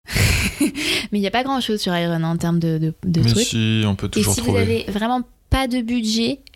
Mais il n'y a pas grand chose sur Iron, hein, en termes de, de, de Mais trucs. si, on peut toujours et si trouver. vous avez vraiment pas de budget,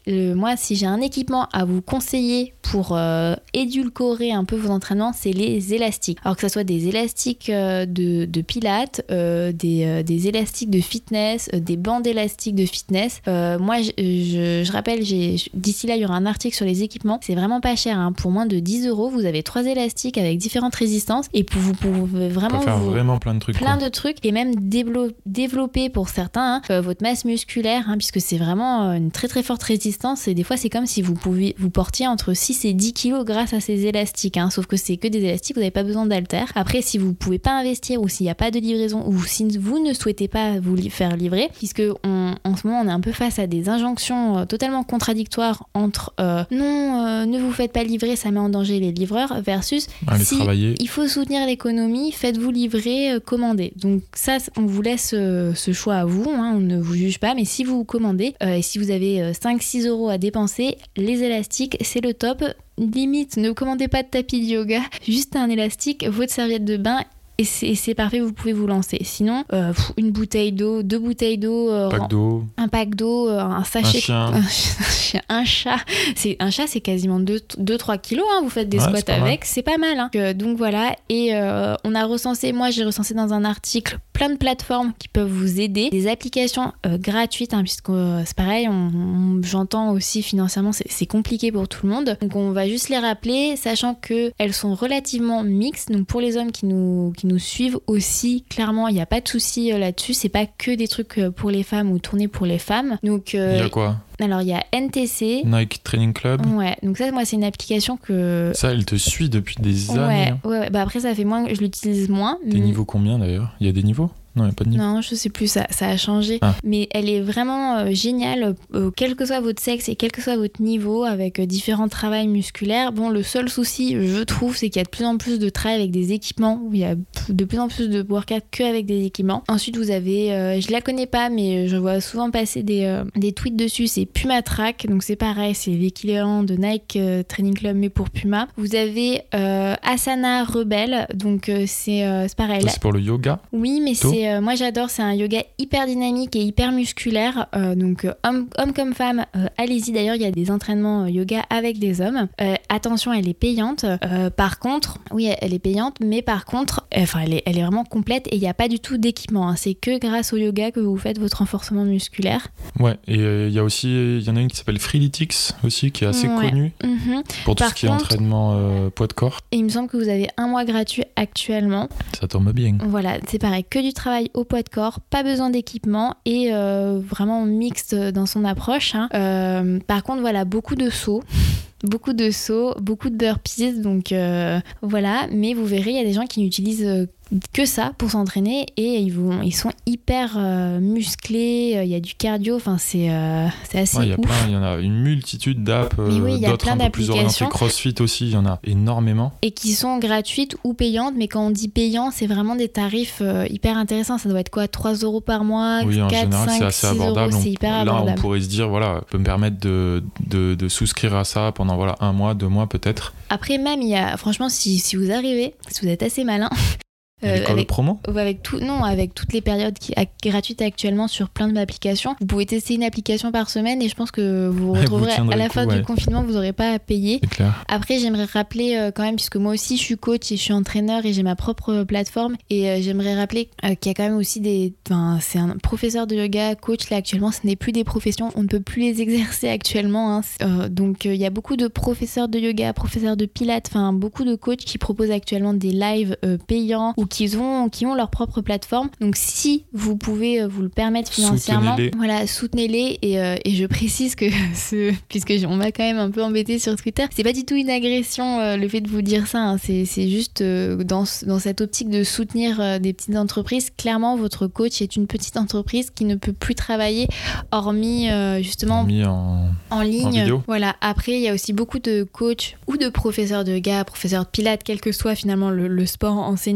le, moi, si j'ai un équipement à vous conseiller pour euh, édulcorer un peu vos entraînements, c'est les élastiques. Alors que ce soit des élastiques euh, de, de pilates, euh, des, euh, des élastiques de fitness, euh, des bandes élastiques de fitness. Euh, moi, je, je, je rappelle, j'ai, d'ici là, il y aura un article sur les équipements. C'est vraiment pas cher. Hein. Pour moins de dix euros, vous avez trois élastiques avec différentes résistances et vous pouvez vraiment faire vous, vraiment plein de trucs. Plein quoi. de trucs et même dévelop, développer pour certains hein, euh, votre masse musculaire, hein, puisque c'est vraiment une très très forte résistance. Et des fois, c'est comme si vous, pouviez, vous portiez entre six et dix kilos grâce à ces élastiques. Hein. Sauf que c'est que des élastiques, vous n'avez pas besoin d'haltères. Après, si vous ne pouvez pas investir ou s'il n'y a pas de livraison ou si vous ne souhaitez pas vous li- faire livrer, puisque on, en ce moment, on est un peu face à des injonctions euh, totalement contradictoires entre euh, non, euh, ne vous faites pas livrer, ça met en danger les livreurs, versus Allez si travailler. il faut soutenir l'économie, faites-vous livrer, euh, commandez. Donc ça, on vous laisse euh, ce choix à vous, hein, on ne vous juge pas, mais si vous commandez euh, et si vous avez euh, cinq six euros à dépenser, les élastiques, c'est le top. Limite, ne commandez pas de tapis de yoga, juste un élastique, votre serviette de bain. Et c'est, et c'est parfait, vous pouvez vous lancer. Sinon, euh, une bouteille d'eau, deux bouteilles d'eau, euh, pack d'eau. un pack d'eau, euh, un sachet, un chien, un, chien, un chat. C'est un chat, c'est quasiment deux trois kilos. Hein, vous faites des ouais, squats c'est avec, mal. c'est pas mal. Hein. Euh, donc voilà. Et euh, on a recensé, moi j'ai recensé dans un article plein de plateformes qui peuvent vous aider, des applications euh, gratuites, hein, puisque euh, c'est pareil. On, on, j'entends aussi financièrement, c'est, c'est compliqué pour tout le monde. Donc on va juste les rappeler, sachant que elles sont relativement mixtes. Donc pour les hommes qui nous qui nous suivent aussi. Aussi, clairement, il n'y a pas de souci là-dessus. C'est pas que des trucs pour les femmes ou tournés pour les femmes. Donc, euh, il y a quoi ? Alors, il y a N T C. Nike Training Club. Ouais, donc ça, moi, c'est une application que... Ça, elle te suit depuis des ouais, années. Hein. Ouais, ouais, bah après, ça fait moins que je l'utilise moins. Des mais... niveaux combien, d'ailleurs ? Il y a des niveaux ? Non, il n'y a pas de niveau. Non, je sais plus, ça, ça a changé. Ah. Mais elle est vraiment euh, géniale, euh, quel que soit votre sexe et quel que soit votre niveau, avec euh, différents travails musculaires. Bon, le seul souci, je trouve, c'est qu'il y a de plus en plus de travail avec des équipements, où il y a de plus en plus de workouts qu'avec des équipements. Ensuite, vous avez, euh, je la connais pas, mais je vois souvent passer des, euh, des tweets dessus, c'est Puma Track, donc c'est pareil, c'est l'équivalent de Nike euh, Training Club, mais pour Puma. Vous avez euh, Asana Rebel, donc euh, c'est, euh, c'est pareil. Ça, là... c'est pour le yoga ? Oui, mais Tôt. c'est, euh, moi j'adore, c'est un yoga hyper dynamique et hyper musculaire, euh, donc euh, homme, homme comme femme, euh, allez-y. D'ailleurs, il y a des entraînements euh, yoga avec des hommes. Euh, attention, elle est payante. Euh, par contre, oui, elle, elle est payante, mais par contre, enfin, elle est, elle est vraiment complète et il n'y a pas du tout d'équipement. Hein. C'est que grâce au yoga que vous faites votre renforcement musculaire. Ouais, et il euh, y a aussi, il y en a une qui s'appelle Freeletics aussi, qui est assez ouais. connue Mm-hmm. pour tout par ce qui est contre, entraînement euh, poids de corps. Et il me semble que vous avez un mois gratuit actuellement. Ça tombe bien. Voilà, c'est pareil, que du travail au poids de corps, pas besoin d'équipement et euh, vraiment mixte dans son approche. Hein. Euh, par contre, voilà, beaucoup de sauts. Beaucoup de sauts, beaucoup de burpees, donc euh, voilà. Mais vous verrez, il y a des gens qui n'utilisent euh, que ça pour s'entraîner et ils, vont, ils sont hyper euh, musclés, il euh, y a du cardio, enfin c'est, euh, c'est assez ouais, y a ouf. plein, il y en a une multitude d'apps, euh, oui, y a d'autres plein un peu plus orientées CrossFit aussi, il y en a énormément. Et qui sont gratuites ou payantes, mais quand on dit payant, c'est vraiment des tarifs euh, hyper intéressants. Ça doit être quoi, trois euros par mois, oui, en quatre, général, cinq, c'est assez six abordable. euros, On, c'est hyper là, abordable. on pourrait se dire, voilà, je peux me permettre de, de, de souscrire à ça pendant voilà, un mois, deux mois peut-être. Après, même, il y a, franchement, si, si vous arrivez, si vous êtes assez malin, Euh, L'école avec, promo avec tout, non, avec toutes les périodes qui, à, gratuites actuellement sur plein d'applications. Vous pouvez tester une application par semaine et je pense que vous vous retrouverez vous à la coup, fin ouais. du confinement, vous n'aurez pas à payer. C'est clair. Après, j'aimerais rappeler euh, quand même, puisque moi aussi je suis coach et je suis entraîneur et j'ai ma propre euh, plateforme, et euh, j'aimerais rappeler euh, qu'il y a quand même aussi des... Enfin, c'est un professeur de yoga, coach, là actuellement, ce n'est plus des professions, on ne peut plus les exercer actuellement. Hein. Euh, donc, euh, il y a beaucoup de professeurs de yoga, professeurs de pilates, enfin, beaucoup de coachs qui proposent actuellement des lives euh, payants ou qui ont, qui ont leur propre plateforme. Donc si vous pouvez euh, vous le permettre financièrement, soutenez-les. voilà, soutenez-les. Et, euh, et je précise que ce, puisque on m'a quand même un peu embêté sur Twitter, c'est pas du tout une agression euh, le fait de vous dire ça. Hein. C'est, c'est juste euh, dans, dans cette optique de soutenir euh, des petites entreprises. Clairement, votre coach est une petite entreprise qui ne peut plus travailler hormis euh, justement Mis en... en ligne. En vidéo. Voilà. Après, il y a aussi beaucoup de coachs ou de professeurs de yoga, professeurs de pilates, quel que soit finalement le, le sport enseigné, qui proposent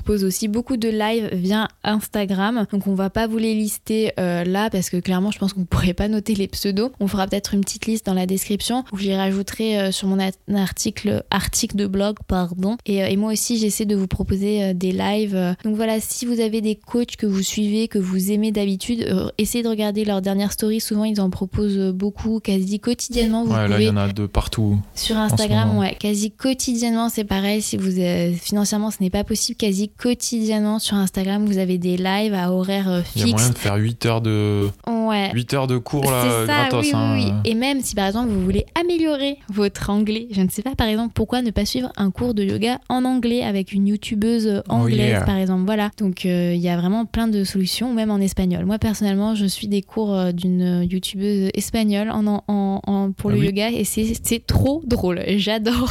propose aussi beaucoup de live via Instagram. Donc on va pas vous les lister euh, là parce que clairement je pense que vous pourrez pas noter les pseudos. On fera peut-être une petite liste dans la description où je les rajouterai euh, sur mon a- article, article de blog, pardon. Et, euh, et moi aussi j'essaie de vous proposer euh, des lives. Euh. Donc voilà, si vous avez des coachs que vous suivez, que vous aimez d'habitude, euh, essayez de regarder leurs dernières stories. Souvent ils en proposent beaucoup, quasi quotidiennement. Vous ouais, pouvez... là il y en a de partout. Sur Instagram, ouais, quasi quotidiennement, c'est pareil. Si vous euh, financièrement, ce n'est pas possible, quasi quotidiennement sur Instagram, vous avez des lives à horaire euh, fixe. Il y a moyen de faire huit heures de, ouais. huit heures de cours là, c'est ça, gratos. Oui, hein. oui, oui. Et même si par exemple vous voulez améliorer votre anglais, je ne sais pas, par exemple, pourquoi ne pas suivre un cours de yoga en anglais avec une youtubeuse anglaise, oh yeah. par exemple. Voilà. Donc il euh, y a vraiment plein de solutions, ou même en espagnol. Moi personnellement, je suis des cours euh, d'une youtubeuse espagnole en, en, en, pour ah le oui. yoga et c'est, c'est trop drôle. J'adore.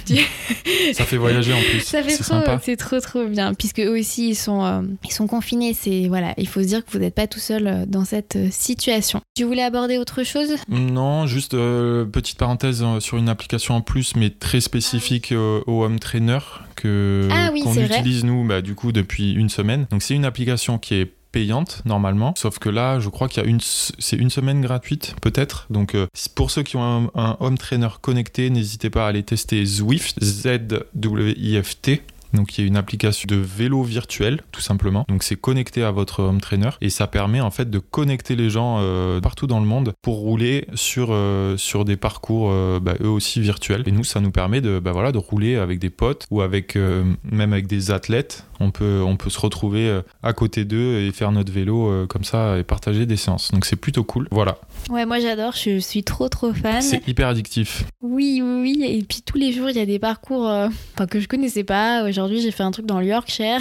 Ça fait voyager en plus. Ça fait c'est trop, sympa. C'est trop trop bien. Puisque eux aussi ils sont, euh, ils sont confinés. C'est, voilà, il faut se dire que vous n'êtes pas tout seul dans cette situation. Tu voulais aborder autre chose ? Non, juste euh, petite parenthèse euh, sur une application en plus, mais très spécifique euh, au home trainer que, ah, oui, qu'on c'est utilise vrai. nous bah, du coup depuis une semaine. Donc c'est une application qui est payante normalement, sauf que là je crois qu'il y a une c'est une semaine gratuite peut-être, donc euh, pour ceux qui ont un, un home trainer connecté, n'hésitez pas à aller tester Zwift, Z W I F T. Donc il y a une application de vélo virtuel tout simplement, donc c'est connecté à votre home trainer et ça permet en fait de connecter les gens euh, partout dans le monde pour rouler sur, euh, sur des parcours euh, bah, eux aussi virtuels, et nous ça nous permet de, bah, voilà, de rouler avec des potes ou avec, euh, même avec des athlètes. On peut, on peut se retrouver euh, à côté d'eux et faire notre vélo euh, comme ça et partager des séances, donc c'est plutôt cool, voilà. Ouais, moi j'adore, je suis trop trop fan. C'est hyper addictif. Oui, oui, oui, et puis tous les jours il y a des parcours euh, que je connaissais pas. Aujourd'hui j'ai fait un truc dans le Yorkshire.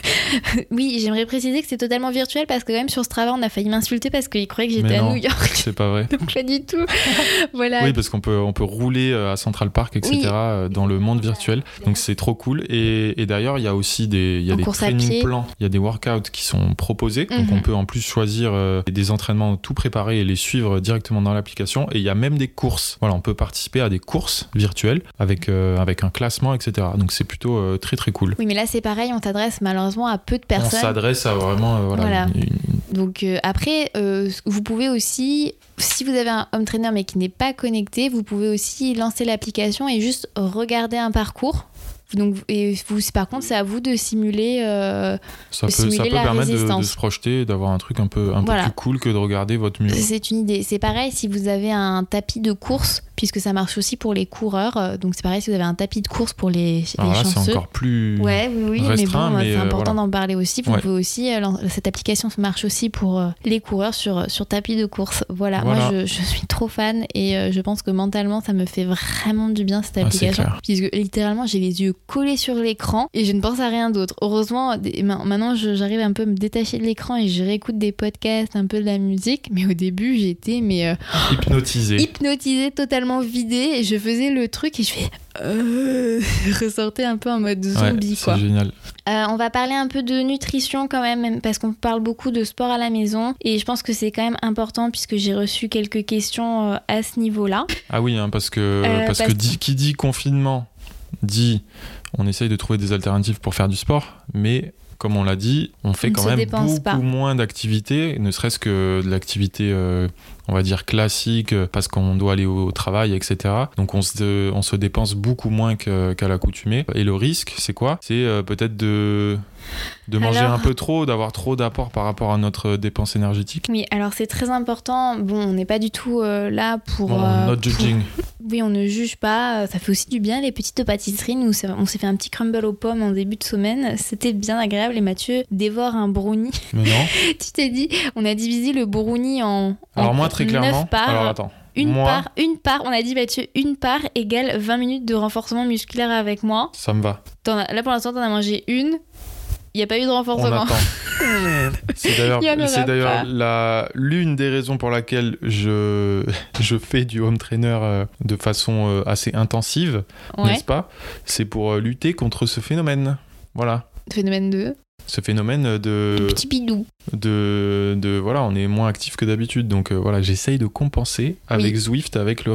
Oui, j'aimerais préciser que c'est totalement virtuel parce que quand même sur Strava on a failli m'insulter parce qu'ils croyaient que j'étais Mais non, à New York. C'est pas vrai. Donc pas du tout. Voilà. Oui, parce qu'on peut, on peut rouler à Central Park, et cetera, oui, dans le monde virtuel. Donc c'est trop cool. Et, et d'ailleurs, il y a aussi des, il y a des training plans, il y a des workouts qui sont proposés. Mm-hmm. Donc on peut en plus choisir euh, des entraînements tout préparés et les suivre directement dans l'application. Et il y a même des courses. Voilà, on peut participer à des courses virtuelles avec, euh, avec un classement, et cetera. Donc c'est plutôt euh, très très cool. Oui, mais là c'est pareil, on s'adresse malheureusement à peu de personnes. On s'adresse à vraiment... Euh, voilà. voilà. Une, une... Donc euh, après, euh, vous pouvez aussi, si vous avez un home trainer mais qui n'est pas connecté, vous pouvez aussi lancer l'application et juste regarder un parcours. Donc, et vous, par contre, c'est à vous de simuler, euh, ça de peut, simuler ça peut la permettre résistance. De, de se projeter, d'avoir un truc un peu, un voilà. peu plus cool que de regarder votre mur. C'est une idée. C'est pareil si vous avez un tapis de course, puisque ça marche aussi pour les coureurs. Donc c'est pareil si vous avez un tapis de course pour les, Alors les là, chanceux. C'est encore plus ouais, oui, oui, restreint, mais bon, mais c'est euh, important voilà. d'en parler aussi. Vous ouais. pouvez aussi, euh, cette application marche aussi pour euh, les coureurs sur, sur tapis de course. Voilà, voilà. moi je, je suis trop fan et euh, je pense que mentalement ça me fait vraiment du bien cette application. Ah, puisque littéralement j'ai les yeux collés sur l'écran et je ne pense à rien d'autre. Heureusement, des, maintenant je, j'arrive un peu à me détacher de l'écran et je réécoute des podcasts, un peu de la musique. Mais au début j'étais mais, euh, hypnotisée. Hypnotisée, totalement vidée. Et je faisais le truc et je fais euh, ressortais un peu en mode zombie. Ouais, c'est quoi. génial. Euh, on va parler un peu de nutrition quand même, parce qu'on parle beaucoup de sport à la maison et je pense que c'est quand même important puisque j'ai reçu quelques questions à ce niveau-là. Ah oui, hein, parce que, euh, parce parce que dit, qui dit confinement dit on essaye de trouver des alternatives pour faire du sport, mais comme on l'a dit, on fait on quand même beaucoup pas. moins d'activités, ne serait-ce que de l'activité, euh, on va dire, classique, parce qu'on doit aller au travail, et cetera. Donc on se, on se dépense beaucoup moins que, qu'à l'accoutumée. Et le risque, c'est quoi ? C'est euh, peut-être de, de manger alors... un peu trop, d'avoir trop d'apports par rapport à notre dépense énergétique. Oui, alors c'est très important. Bon, on n'est pas du tout euh, là pour... Bon, euh, not judging. Pour... Oui, on ne juge pas. Ça fait aussi du bien, les petites pâtisseries. Nous, on s'est fait un petit crumble aux pommes en début de semaine. C'était bien agréable et Mathieu dévore un brownie. Mais non. Tu t'es dit, on a divisé le brownie en, alors en moi, très clairement, neuf parts. Alors attends. Une moi, part, une part, on a dit Mathieu, une part égale vingt minutes de renforcement musculaire avec moi. Ça me va. T'en as, là pour l'instant, t'en as mangé une. Il n'y a pas eu de renforcement. On attend. C'est d'ailleurs, c'est d'ailleurs la, l'une des raisons pour laquelle je, je fais du home trainer euh, de façon euh, assez intensive, ouais. N'est-ce pas ? C'est pour euh, lutter contre ce phénomène. Voilà. Phénomène de Ce phénomène de... de petit bidou. De, de... Voilà, on est moins actif que d'habitude. Donc euh, voilà, j'essaye de compenser avec oui. Zwift, avec le home trainer.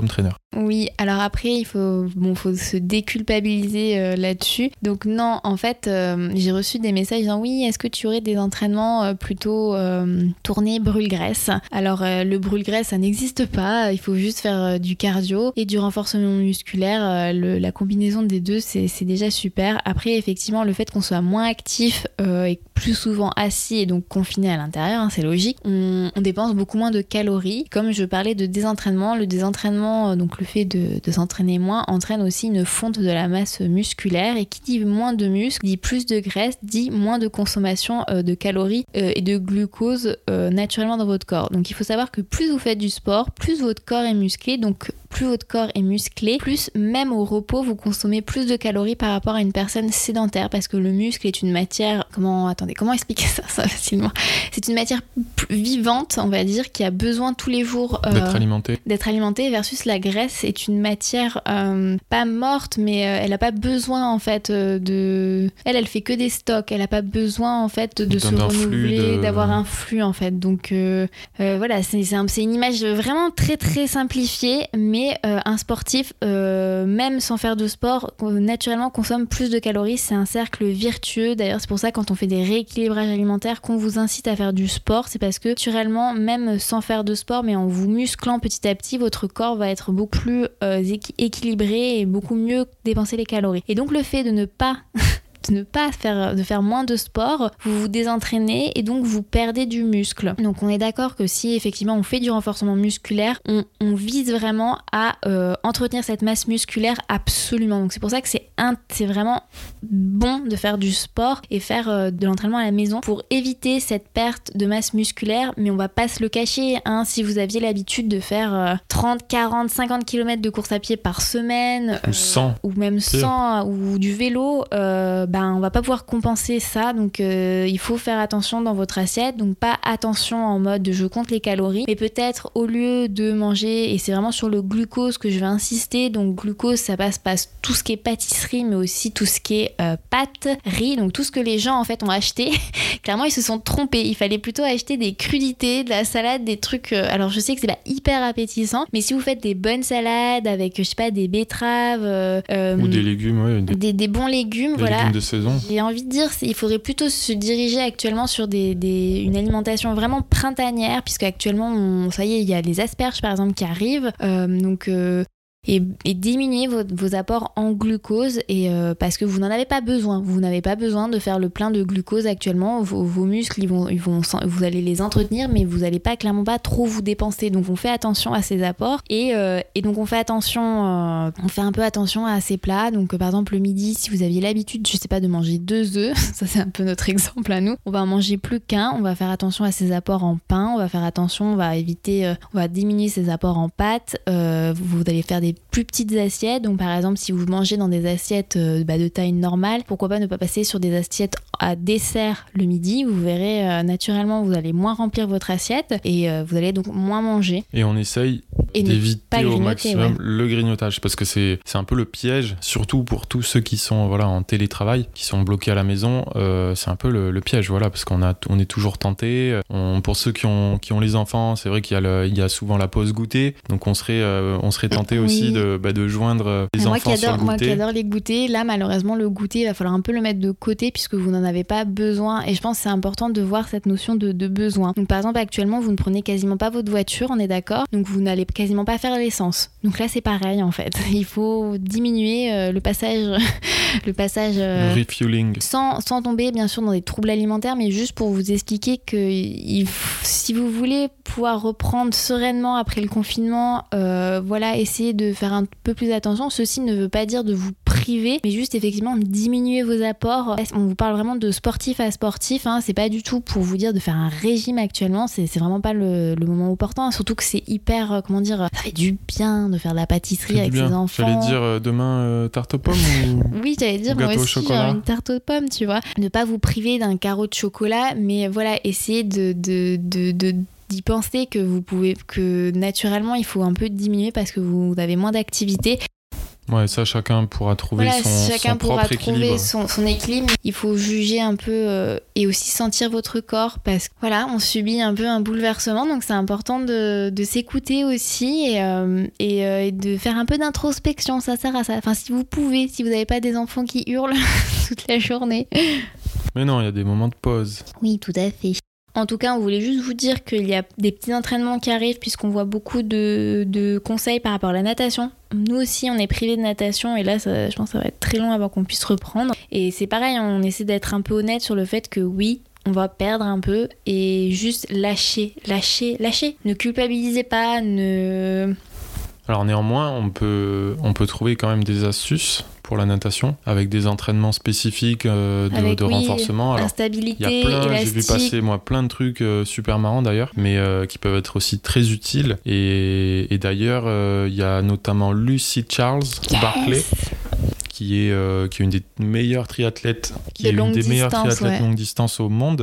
Oui, alors après, il faut, bon, faut se déculpabiliser euh, là-dessus. Donc non, en fait, euh, j'ai reçu des messages disant oui, est-ce que tu aurais des entraînements euh, plutôt euh, tournés brûle-graisse ? Alors euh, le brûle-graisse, ça n'existe pas. Il faut juste faire euh, du cardio et du renforcement musculaire. Euh, le, la combinaison des deux, c'est, c'est déjà super. Après, effectivement, le fait qu'on soit moins actif euh, et plus souvent assis et donc confiné à l'intérieur, hein, c'est logique, on, on dépense beaucoup moins de calories. Comme je parlais de désentraînement, le désentraînement, donc le fait de, de s'entraîner moins entraîne aussi une fonte de la masse musculaire, et qui dit moins de muscles dit plus de graisse, dit moins de consommation euh, de calories euh, et de glucose euh, naturellement dans votre corps. Donc il faut savoir que plus vous faites du sport, plus votre corps est musclé, donc plus votre corps est musclé, plus même au repos vous consommez plus de calories par rapport à une personne sédentaire, parce que le muscle est une matière, comment, attendez, comment expliquer ça, ça facilement ? C'est une matière vivante, on va dire, qui a besoin tous les jours euh, d'être alimentée. D'être alimentée, versus la graisse est une matière euh, pas morte, mais euh, elle a pas besoin en fait euh, de, elle, elle fait que des stocks, elle a pas besoin en fait de, de se renouveler, de... d'avoir un flux en fait. Donc euh, euh, voilà, c'est, c'est, un, c'est une image vraiment très très simplifiée, mais Mais euh, un sportif, euh, même sans faire de sport, naturellement consomme plus de calories. C'est un cercle vertueux. D'ailleurs, c'est pour ça quand on fait des rééquilibrages alimentaires, qu'on vous incite à faire du sport, c'est parce que naturellement, même sans faire de sport, mais en vous musclant petit à petit, votre corps va être beaucoup plus euh, équ- équilibré et beaucoup mieux dépenser les calories. Et donc le fait de ne pas de ne pas faire, de faire moins de sport, vous vous désentraînez et donc vous perdez du muscle. Donc on est d'accord que si effectivement on fait du renforcement musculaire, on, on vise vraiment à euh, entretenir cette masse musculaire absolument. Donc c'est pour ça que c'est, un, c'est vraiment bon de faire du sport et faire euh, de l'entraînement à la maison pour éviter cette perte de masse musculaire. Mais on va pas se le cacher, hein, si vous aviez l'habitude de faire euh, trente, quarante, cinquante kilomètres de course à pied par semaine, ou cent, euh, ou même cent, ou du vélo, euh, ben, on va pas pouvoir compenser ça, donc euh, il faut faire attention dans votre assiette. Donc pas attention en mode je compte les calories, mais peut-être au lieu de manger, et c'est vraiment sur le glucose que je vais insister, donc glucose ça passe par tout ce qui est pâtisserie, mais aussi tout ce qui est euh, pâtes, riz, donc tout ce que les gens en fait ont acheté. Clairement ils se sont trompés, il fallait plutôt acheter des crudités, de la salade, des trucs, euh, alors je sais que c'est pas hyper appétissant, mais si vous faites des bonnes salades avec je sais pas des betteraves euh, ou des légumes, ouais, des... Des, des bons légumes, des voilà. Légumes de saison. J'ai envie de dire, il faudrait plutôt se diriger actuellement sur des, des, une alimentation vraiment printanière, puisque actuellement, on, ça y est, il y a les asperges par exemple qui arrivent, euh, donc euh, et, et diminuer vos, vos apports en glucose, et euh, parce que vous n'en avez pas besoin. Vous n'avez pas besoin de faire le plein de glucose actuellement. Vos, vos muscles, ils vont, ils vont, vous allez les entretenir, mais vous n'allez pas clairement pas trop vous dépenser. Donc on fait attention à ces apports, et, euh, et donc on fait attention, euh, on fait un peu attention à ces plats. Donc euh, par exemple le midi, si vous aviez l'habitude, je sais pas, de manger deux œufs, ça c'est un peu notre exemple à nous. On va en manger plus qu'un. On va faire attention à ces apports en pain. On va faire attention, on va éviter, euh, on va diminuer ces apports en pâtes. Euh, vous, vous allez faire des plus petites assiettes. Donc par exemple si vous mangez dans des assiettes euh, bah, de taille normale, pourquoi pas ne pas passer sur des assiettes à dessert le midi. Vous verrez euh, naturellement vous allez moins remplir votre assiette, et euh, vous allez donc moins manger. Et on essaye et d'éviter au maximum ouais. le grignotage, parce que c'est, c'est un peu le piège, surtout pour tous ceux qui sont voilà, en télétravail, qui sont bloqués à la maison. Euh, c'est un peu le, le piège, voilà, parce qu'on a, on est toujours tenté. On, pour ceux qui ont, qui ont les enfants, c'est vrai qu'il y a, le, il y a souvent la pause goûter, donc on serait, euh, on serait tenté oui. aussi de, bah, de joindre les moi enfants qui adore, sur le goûter. Moi qui adore les goûters, là malheureusement le goûter, il va falloir un peu le mettre de côté puisque vous n'en avez pas besoin, et je pense que c'est important de voir cette notion de, de besoin. Donc par exemple actuellement vous ne prenez quasiment pas votre voiture, on est d'accord, donc vous n'allez quasiment pas faire l'essence. Donc là c'est pareil en fait, il faut diminuer euh, le passage, le passage euh, le refueling, sans, sans tomber bien sûr dans des troubles alimentaires, mais juste pour vous expliquer que il faut, si vous voulez pouvoir reprendre sereinement après le confinement, euh, voilà, essayez de faire un peu plus attention. Ceci ne veut pas dire de vous priver, mais juste effectivement diminuer vos apports. On vous parle vraiment de sportif à sportif, hein. C'est pas du tout pour vous dire de faire un régime actuellement, c'est, c'est vraiment pas le, le moment opportun, surtout que c'est hyper, comment dire, ça fait du bien de faire de la pâtisserie avec ses enfants. J'allais dire euh, demain euh, tarte aux pommes ou... Oui, j'allais dire moi aussi euh, une tarte aux pommes, tu vois. Ne pas vous priver d'un carreau de chocolat, mais voilà, essayez de, de, de, de d'y penser que vous pouvez, que naturellement il faut un peu diminuer parce que vous avez moins d'activité. Ouais, ça, chacun pourra trouver voilà, son, chacun son pourra propre trouver équilibre. son, son équilibre. Il faut juger un peu euh, et aussi sentir votre corps parce que voilà, on subit un peu un bouleversement, donc c'est important de, de s'écouter aussi et, euh, et, euh, et de faire un peu d'introspection. Ça sert à ça. Enfin, si vous pouvez, si vous n'avez pas des enfants qui hurlent toute la journée. Mais non, il y a des moments de pause. Oui, tout à fait. En tout cas, on voulait juste vous dire qu'il y a des petits entraînements qui arrivent puisqu'on voit beaucoup de, de conseils par rapport à la natation. Nous aussi, on est privés de natation et là, ça, je pense que ça va être très long avant qu'on puisse reprendre. Et c'est pareil, on essaie d'être un peu honnête sur le fait que oui, on va perdre un peu et juste lâcher, lâcher, lâcher. Ne culpabilisez pas, ne... Alors néanmoins, on peut, on peut trouver quand même des astuces pour la natation avec des entraînements spécifiques euh, de, Avec, de oui, renforcement. Alors, instabilité, il y a plein, élastique. j'ai vu passer moi plein de trucs euh, super marrants d'ailleurs, mais euh, qui peuvent être aussi très utiles. Et, et d'ailleurs, euh, il y a notamment Lucy Charles Yes. Barclay, qui est, euh, qui est une des meilleures triathlètes, qui De est une longue des meilleures distance, triathlètes ouais. longue distance au monde,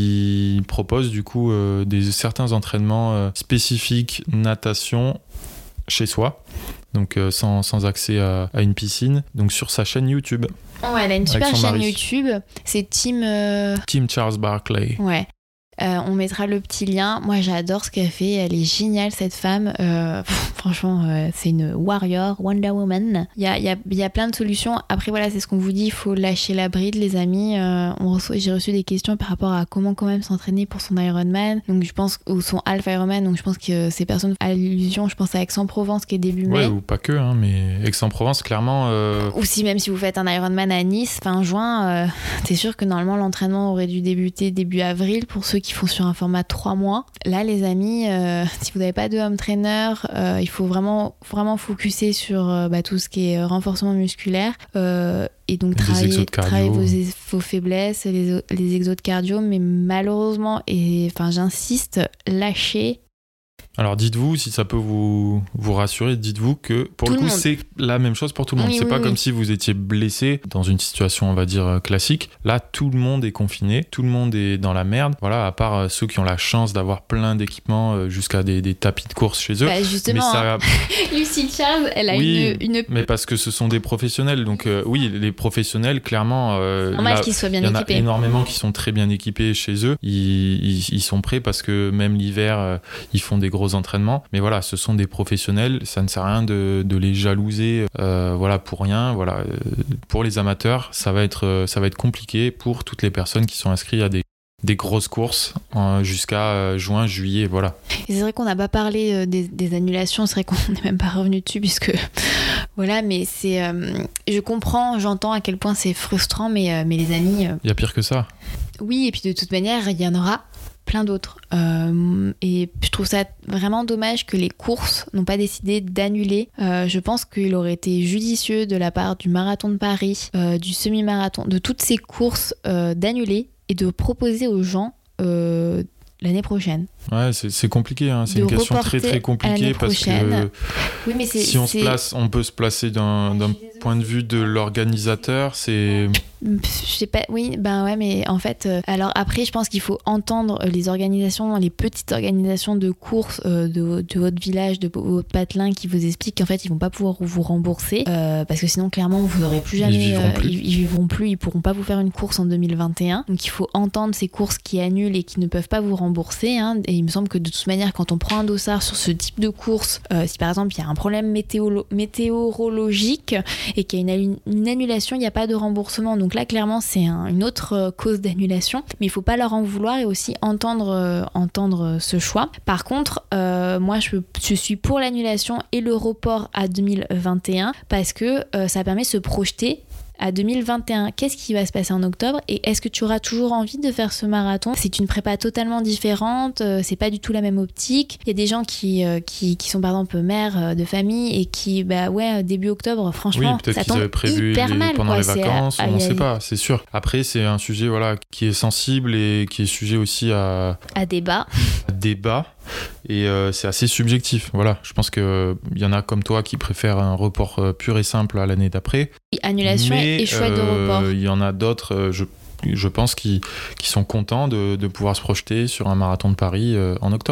qui propose du coup euh, des, certains entraînements euh, spécifiques natation chez soi, donc euh, sans, sans accès à, à une piscine, donc sur sa chaîne YouTube. Ouais, elle a une super son chaîne mari. YouTube. C'est Team... euh, Team Charles Barclay. Ouais. Euh, on mettra le petit lien. Moi, j'adore ce qu'elle fait. Elle est géniale, cette femme. Euh, pff, franchement, euh, c'est une warrior, Wonder Woman. Il y a, il y, a, il y a plein de solutions. Après, voilà, c'est ce qu'on vous dit. Il faut lâcher la bride, les amis. Euh, on reçoit, j'ai reçu des questions par rapport à comment quand même s'entraîner pour son Ironman. Donc, je pense, ou son Half Ironman. Donc, je pense que ces personnes, à l'illusion, je pense à Aix-en-Provence qui est début mai. Ouais, ou pas que, hein, mais Aix-en-Provence, clairement. Euh... Ou si même si vous faites un Ironman à Nice fin juin, euh, t'es sûr que normalement l'entraînement aurait dû débuter début avril pour ceux qui font sur un format trois mois. Là, les amis, euh, si vous n'avez pas de home trainer, euh, il faut vraiment, vraiment focuser sur euh, bah, tout ce qui est renforcement musculaire euh, et donc Des travailler, exos de cardio. travailler vos, vos faiblesses, les, les exos de cardio, mais malheureusement, et enfin j'insiste, lâchez. Alors dites-vous, si ça peut vous, vous rassurer, dites-vous que pour Tout le le coup monde. c'est la même chose pour tout le monde. Oui, c'est oui, pas oui. comme si vous étiez blessé dans une situation on va dire euh, classique. Là tout le monde est confiné, tout le monde est dans la merde. Voilà, à part euh, ceux qui ont la chance d'avoir plein d'équipements euh, jusqu'à des, des tapis de course chez eux. Bah, justement, mais ça, hein. Lucy Charles, elle a oui, une, une... mais parce que ce sont des professionnels. Donc euh, oui, les professionnels clairement. Euh, normal là, qu'ils soient bien il y en a équipés. énormément qui sont très bien équipés chez eux. Ils, ils, ils sont prêts parce que même l'hiver, euh, ils font des gros entraînements. Mais voilà, ce sont des professionnels. Ça ne sert à rien de, de les jalouser euh, voilà, pour rien. Voilà. Pour les amateurs, ça va, être, ça va être compliqué pour toutes les personnes qui sont inscrites à des, des grosses courses euh, jusqu'à euh, juin, juillet. Voilà. Et c'est vrai qu'on n'a pas parlé euh, des, des annulations. C'est vrai qu'on n'est même pas revenu dessus puisque... Voilà, mais c'est... Euh, je comprends, j'entends à quel point c'est frustrant, mais, euh, mais les amis... euh, Il y a pire que ça. Oui, et puis de toute manière, il y en aura plein d'autres. Euh, et je trouve ça vraiment dommage que les courses n'ont pas décidé d'annuler. Euh, je pense qu'il aurait été judicieux de la part du marathon de Paris, euh, du semi-marathon, de toutes ces courses euh, d'annuler et de proposer aux gens euh, l'année prochaine. Ouais, c'est, c'est compliqué, hein. C'est De une question très reporter très à compliquée l'année parce prochaine. que Oui, mais c'est, si on c'est... se place, on peut se placer d'un, d'un point de vue de l'organisateur, c'est... Je sais pas, oui, ben ouais, mais en fait, euh, alors après, je pense qu'il faut entendre les organisations, les petites organisations de courses euh, de, de votre village, de votre patelin qui vous expliquent qu'en fait, ils vont pas pouvoir vous rembourser euh, parce que sinon, clairement, vous n'aurez plus jamais. Ils vivront euh, plus. Ils, ils vivront plus, ils pourront pas vous faire une course en deux mille vingt et un. Donc, il faut entendre ces courses qui annulent et qui ne peuvent pas vous rembourser. Hein, et il me semble que de toute manière, quand on prend un dossard sur ce type de course, euh, si par exemple, il y a un problème météolo- météorologique et qu'il y a une, une annulation, il n'y a pas de remboursement. Donc là, clairement, c'est un, une autre euh, cause d'annulation, mais il faut pas leur en vouloir et aussi entendre, euh, entendre ce choix. Par contre, euh, moi je, je suis pour l'annulation et le report à deux mille vingt et un parce que euh, ça permet de se projeter à deux mille vingt et un. Qu'est-ce qui va se passer en octobre et est-ce que tu auras toujours envie de faire ce marathon? C'est une prépa totalement différente, euh, c'est pas du tout la même optique. Il y a des gens qui, euh, qui, qui sont par exemple mères euh, de famille et qui, bah ouais, début octobre, franchement, Oui, peut-être ça qu'ils tombe avaient prévu hyper les- mal, pendant quoi. les C'est, vacances, euh, on ne aïe, sait aïe. pas, c'est sûr. Après, c'est un sujet voilà, qui est sensible et qui est sujet aussi à, À débat. à débat. Et euh, c'est assez subjectif. Voilà, je pense qu'il y en a comme toi qui préfèrent un report euh, pur et simple à l'année d'après. Annulation Mais, et choix de euh, report. Il y en a d'autres, euh, je, je pense, qui, qui sont contents de, de pouvoir se projeter sur un marathon de Paris euh, en octobre.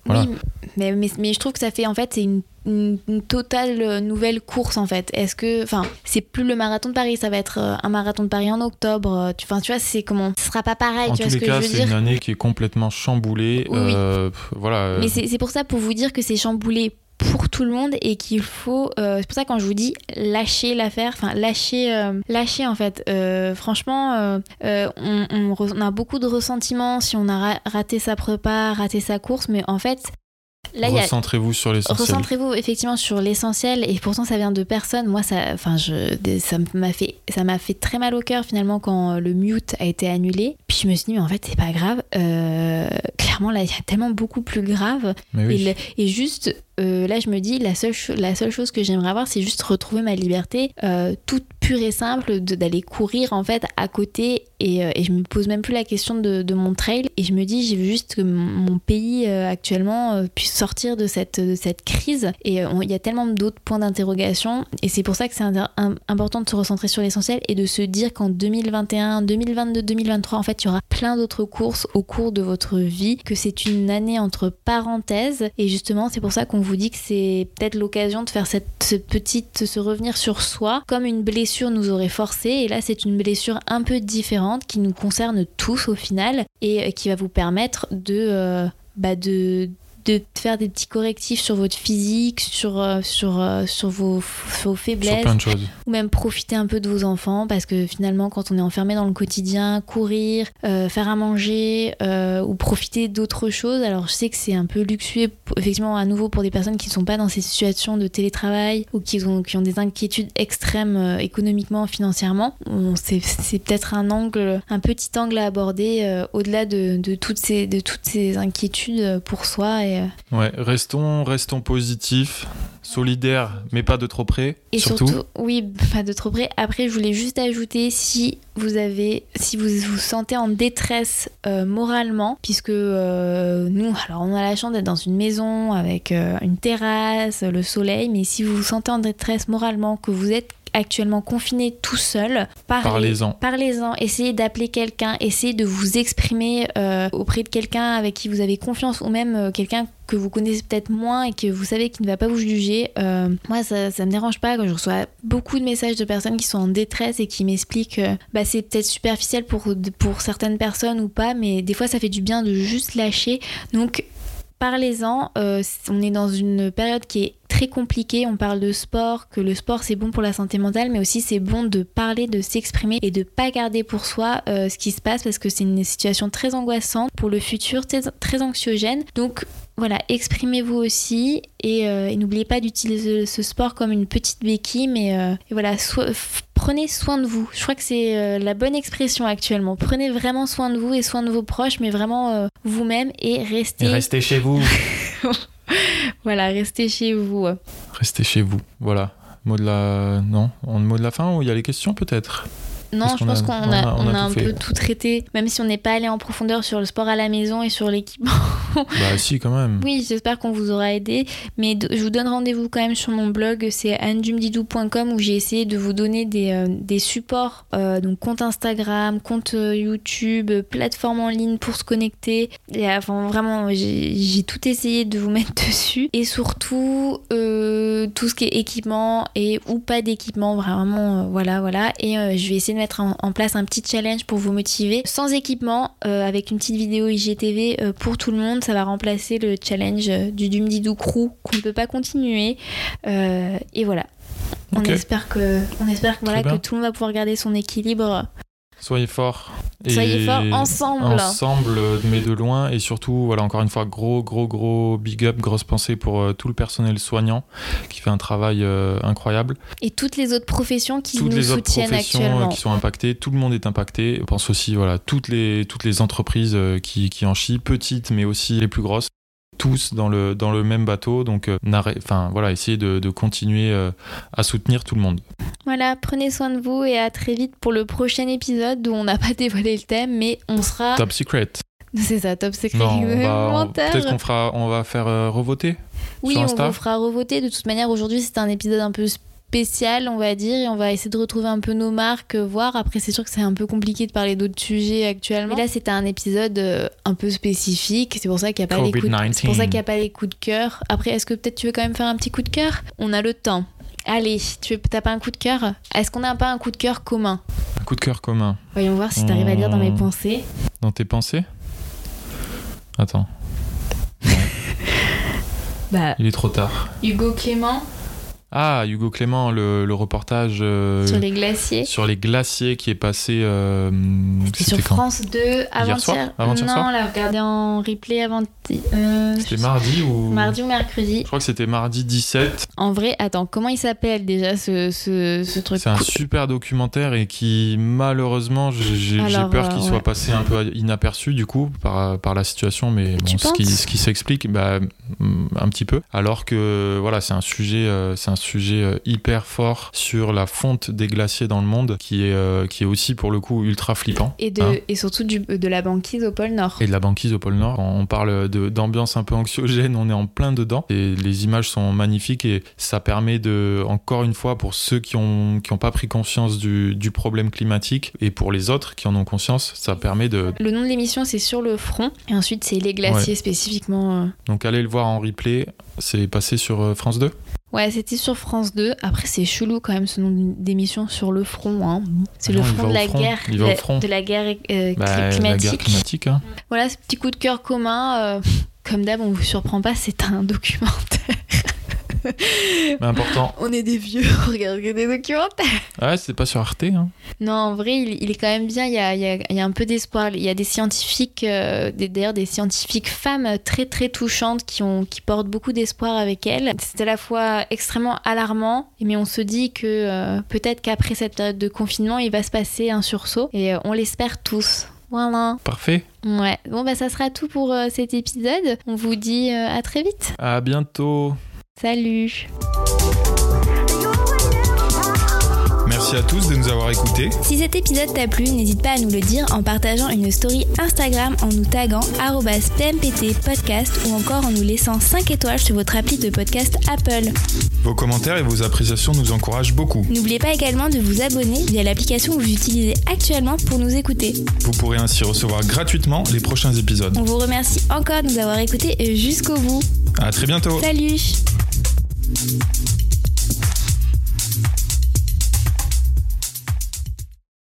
Voilà. Oui, mais, mais, mais je trouve que ça fait, en fait, c'est une, une, une totale nouvelle course, en fait. Est-ce que, enfin, c'est plus le marathon de Paris, ça va être un marathon de Paris en octobre. Tu, tu vois, c'est comment, ce sera pas pareil, en tu vois tous ce les que cas, je veux c'est dire. une année qui est complètement chamboulée. Oui. Euh, voilà. Mais c'est, c'est pour ça, pour vous dire que c'est chamboulé pour tout le monde et qu'il faut euh, c'est pour ça quand je vous dis lâcher l'affaire, enfin lâcher euh, lâcher en fait euh, franchement euh, euh, on, on, re, on a beaucoup de ressentiments si on a ra- raté sa prépa, raté sa course, mais en fait là, recentrez-vous sur l'essentiel. Recentrez-vous effectivement sur l'essentiel, et pourtant ça vient de personne. Moi, ça, enfin, je, ça m'a fait, ça m'a fait très mal au cœur finalement quand le mute a été annulé. Puis je me suis dit mais en fait c'est pas grave. Euh, clairement là il y a tellement beaucoup plus grave. Mais oui. Et, le, et juste euh, là je me dis la seule cho- la seule chose que j'aimerais avoir c'est juste retrouver ma liberté, euh, toute pure et simple, de, d'aller courir en fait à côté. Et, euh, et je me pose même plus la question de, de mon trail. Et je me dis j'ai vu juste que mon, mon pays euh, actuellement euh, puisse sortir de cette, de cette crise. Et il euh, y a tellement d'autres points d'interrogation. Et c'est pour ça que c'est un, un, important de se recentrer sur l'essentiel et de se dire qu'en deux mille vingt et un, deux mille vingt-deux, deux mille vingt-trois, en fait, il y aura plein d'autres courses au cours de votre vie, que c'est une année entre parenthèses. Et justement, c'est pour ça qu'on vous dit que c'est peut-être l'occasion de faire cette, cette petite, se revenir sur soi, comme une blessure nous aurait forcé. Et là, c'est une blessure un peu différente qui nous concerne tous au final et qui va vous permettre de, euh, bah de de faire des petits correctifs sur votre physique, sur, euh, sur, euh, sur vos, vos faiblesses. Sur plein de choses. Ou même profiter un peu de vos enfants, parce que finalement, quand on est enfermé dans le quotidien, courir, euh, faire à manger, euh, ou profiter d'autres choses. Alors, je sais que c'est un peu luxueux, effectivement, à nouveau, pour des personnes qui ne sont pas dans ces situations de télétravail ou qui ont, qui ont des inquiétudes extrêmes euh, économiquement, financièrement. On, c'est, c'est peut-être un angle, un petit angle à aborder euh, au-delà de, de, toutes ces, de toutes ces inquiétudes pour soi. Et, Ouais, restons, restons positifs, solidaires, mais pas de trop près. Et surtout. surtout, oui, pas de trop près. Après, je voulais juste ajouter, si vous avez, si vous vous sentez en détresse euh, moralement, puisque euh, nous, alors on a la chance d'être dans une maison avec euh, une terrasse, le soleil, mais si vous vous sentez en détresse moralement, que vous êtes actuellement confiné tout seul, parlez, parlez-en. Parlez-en, essayez d'appeler quelqu'un, essayez de vous exprimer euh, auprès de quelqu'un avec qui vous avez confiance, ou même euh, quelqu'un que vous connaissez peut-être moins et que vous savez qu'il ne va pas vous juger. Euh, moi, ça, ça me dérange pas quand je reçois beaucoup de messages de personnes qui sont en détresse et qui m'expliquent euh, bah, c'est peut-être superficiel pour, pour certaines personnes ou pas, mais des fois ça fait du bien de juste lâcher. Donc parlez-en, euh, on est dans une période qui est très compliquée, on parle de sport, que le sport c'est bon pour la santé mentale, mais aussi c'est bon de parler, de s'exprimer et de pas garder pour soi euh, ce qui se passe, parce que c'est une situation très angoissante pour le futur, très, très anxiogène. Donc voilà, exprimez-vous aussi et, euh, et n'oubliez pas d'utiliser ce sport comme une petite béquille, mais euh, et voilà, so- f- prenez soin de vous. Je crois que c'est euh, la bonne expression actuellement. Prenez vraiment soin de vous et soin de vos proches, mais vraiment euh, vous-même, et restez... Et restez chez vous. Voilà, restez chez vous. Restez chez vous, voilà. Mot de la... Non, en mot de la fin, ou il y a les questions peut-être ? Non, je pense a, qu'on a, on a, on on a, a un tout peu fait. tout traité, même si on n'est pas allé en profondeur sur le sport à la maison et sur l'équipement. Bah si, quand même. Oui, j'espère qu'on vous aura aidé, mais de, je vous donne rendez-vous quand même sur mon blog, c'est anjumdidou point com, où j'ai essayé de vous donner des, euh, des supports, euh, donc compte Instagram, compte euh, YouTube, plateforme en ligne pour se connecter. Et, enfin, vraiment, j'ai, j'ai tout essayé de vous mettre dessus. Et surtout, euh, tout ce qui est équipement et ou pas d'équipement, vraiment, euh, voilà, voilà. Et euh, je vais essayer de mettre en, en place un petit challenge pour vous motiver. Sans équipement, euh, avec une petite vidéo I G T V euh, pour tout le monde. Ça va remplacer le challenge du Dumdidou Crew qu'on ne peut pas continuer. Euh, et voilà. On Okay. espère que, on espère que, voilà, que tout le monde va pouvoir garder son équilibre. Soyez forts. Soyez et forts ensemble. Ensemble, mais de loin. Et surtout, voilà, encore une fois, gros, gros, gros big up, grosse pensée pour euh, tout le personnel soignant qui fait un travail euh, incroyable. Et toutes les autres professions qui toutes nous les autres soutiennent professions actuellement. qui sont impactées. Tout le monde est impacté. Je pense aussi, voilà, toutes les, toutes les entreprises euh, qui, qui en chient, petites, mais aussi les plus grosses. Tous dans le, dans le même bateau, donc euh, enfin, voilà, essayez de, de continuer euh, à soutenir tout le monde. Voilà, prenez soin de vous et à très vite pour le prochain épisode où on n'a pas dévoilé le thème, mais on sera... Top secret. C'est ça, top secret. Non, on va, on, Menteur. peut-être qu'on fera, on va faire euh, revoter Oui, sur on Insta. vous fera revoter. De toute manière, aujourd'hui, c'était un épisode un peu spécial, on va dire, et on va essayer de retrouver un peu nos marques, voir. Après, c'est sûr que c'est un peu compliqué de parler d'autres sujets actuellement. Mais là, c'était un épisode euh, un peu spécifique. C'est pour ça qu'il n'y a pas les coups de... C'est pour ça qu'il y a pas les coups de cœur. Après, est-ce que peut-être tu veux quand même faire un petit coup de cœur ? On a le temps. Allez, tu veux, t'as pas un coup de cœur ? Est-ce qu'on n'a pas un coup de cœur commun ? Un coup de cœur commun. Voyons voir si t'arrives à lire dans mes pensées. Dans tes pensées ? Attends. Ouais. Bah, il est trop tard. Hugo Clément. Ah, Hugo Clément, le, le reportage euh, sur les glaciers. Sur les glaciers qui est passé. Euh, c'était, c'était sur quand France deux avant-hier. Soir avant-hier non, soir on l'a regardé en replay avant. Euh, c'était mardi ou. Mardi ou mercredi. Je crois que c'était mardi dix-sept. En vrai, attends, comment il s'appelle déjà ce, ce, ce truc ? C'est un super documentaire et qui, malheureusement, j'ai, Alors, j'ai peur qu'il euh, soit ouais. passé un peu inaperçu du coup par, par la situation, mais bon, ce, qui, ce qui s'explique, bah, un petit peu. Alors que voilà, c'est un sujet, euh, c'est un sujet hyper fort sur la fonte des glaciers dans le monde qui est, euh, qui est aussi pour le coup ultra flippant. Et, de, hein. et surtout du, de la banquise au pôle Nord. Et de la banquise au pôle Nord. On parle de, d'ambiance un peu anxiogène, on est en plein dedans. Et les images sont magnifiques et ça permet de, encore une fois, pour ceux qui n'ont qui ont pas pris conscience du, du problème climatique et pour les autres qui en ont conscience, ça permet de... Le nom de l'émission, c'est Sur le front. Et ensuite, c'est les glaciers ouais. spécifiquement. Euh... Donc allez le voir en replay. C'est passé sur France deux ? Ouais, c'était sur France deux. Après, c'est chelou quand même ce nom d'émission Sur le front. Hein. C'est ah le non, front de la front. guerre, la, de la guerre euh, bah, climatique. La guerre climatique hein. Voilà, ce petit coup de cœur commun. Euh, comme d'hab, on vous surprend pas, c'est un documentaire. Mais important. On est des vieux, on regarde que des documentaires. Ouais, c'est pas sur Arte. Hein. Non, en vrai, il, il est quand même bien. Il y a, il y a, il y a un peu d'espoir. Il y a des scientifiques, euh, des, d'ailleurs des scientifiques femmes très très touchantes qui, ont, qui portent beaucoup d'espoir avec elles. C'est à la fois extrêmement alarmant, mais on se dit que euh, peut-être qu'après cette période de confinement, il va se passer un sursaut. Et euh, on l'espère tous. Voilà. Parfait. Ouais. Bon, bah ça sera tout pour euh, cet épisode. On vous dit euh, à très vite. À bientôt. Salut. Merci à tous de nous avoir écoutés. Si cet épisode t'a plu, n'hésite pas à nous le dire en partageant une story Instagram en nous taguant arobase P M P T podcast ou encore en nous laissant cinq étoiles sur votre appli de podcast Apple. Vos commentaires et vos appréciations nous encouragent beaucoup. N'oubliez pas également de vous abonner via l'application que vous utilisez actuellement pour nous écouter. Vous pourrez ainsi recevoir gratuitement les prochains épisodes. On vous remercie encore de nous avoir écoutés jusqu'au bout. À très bientôt. Salut.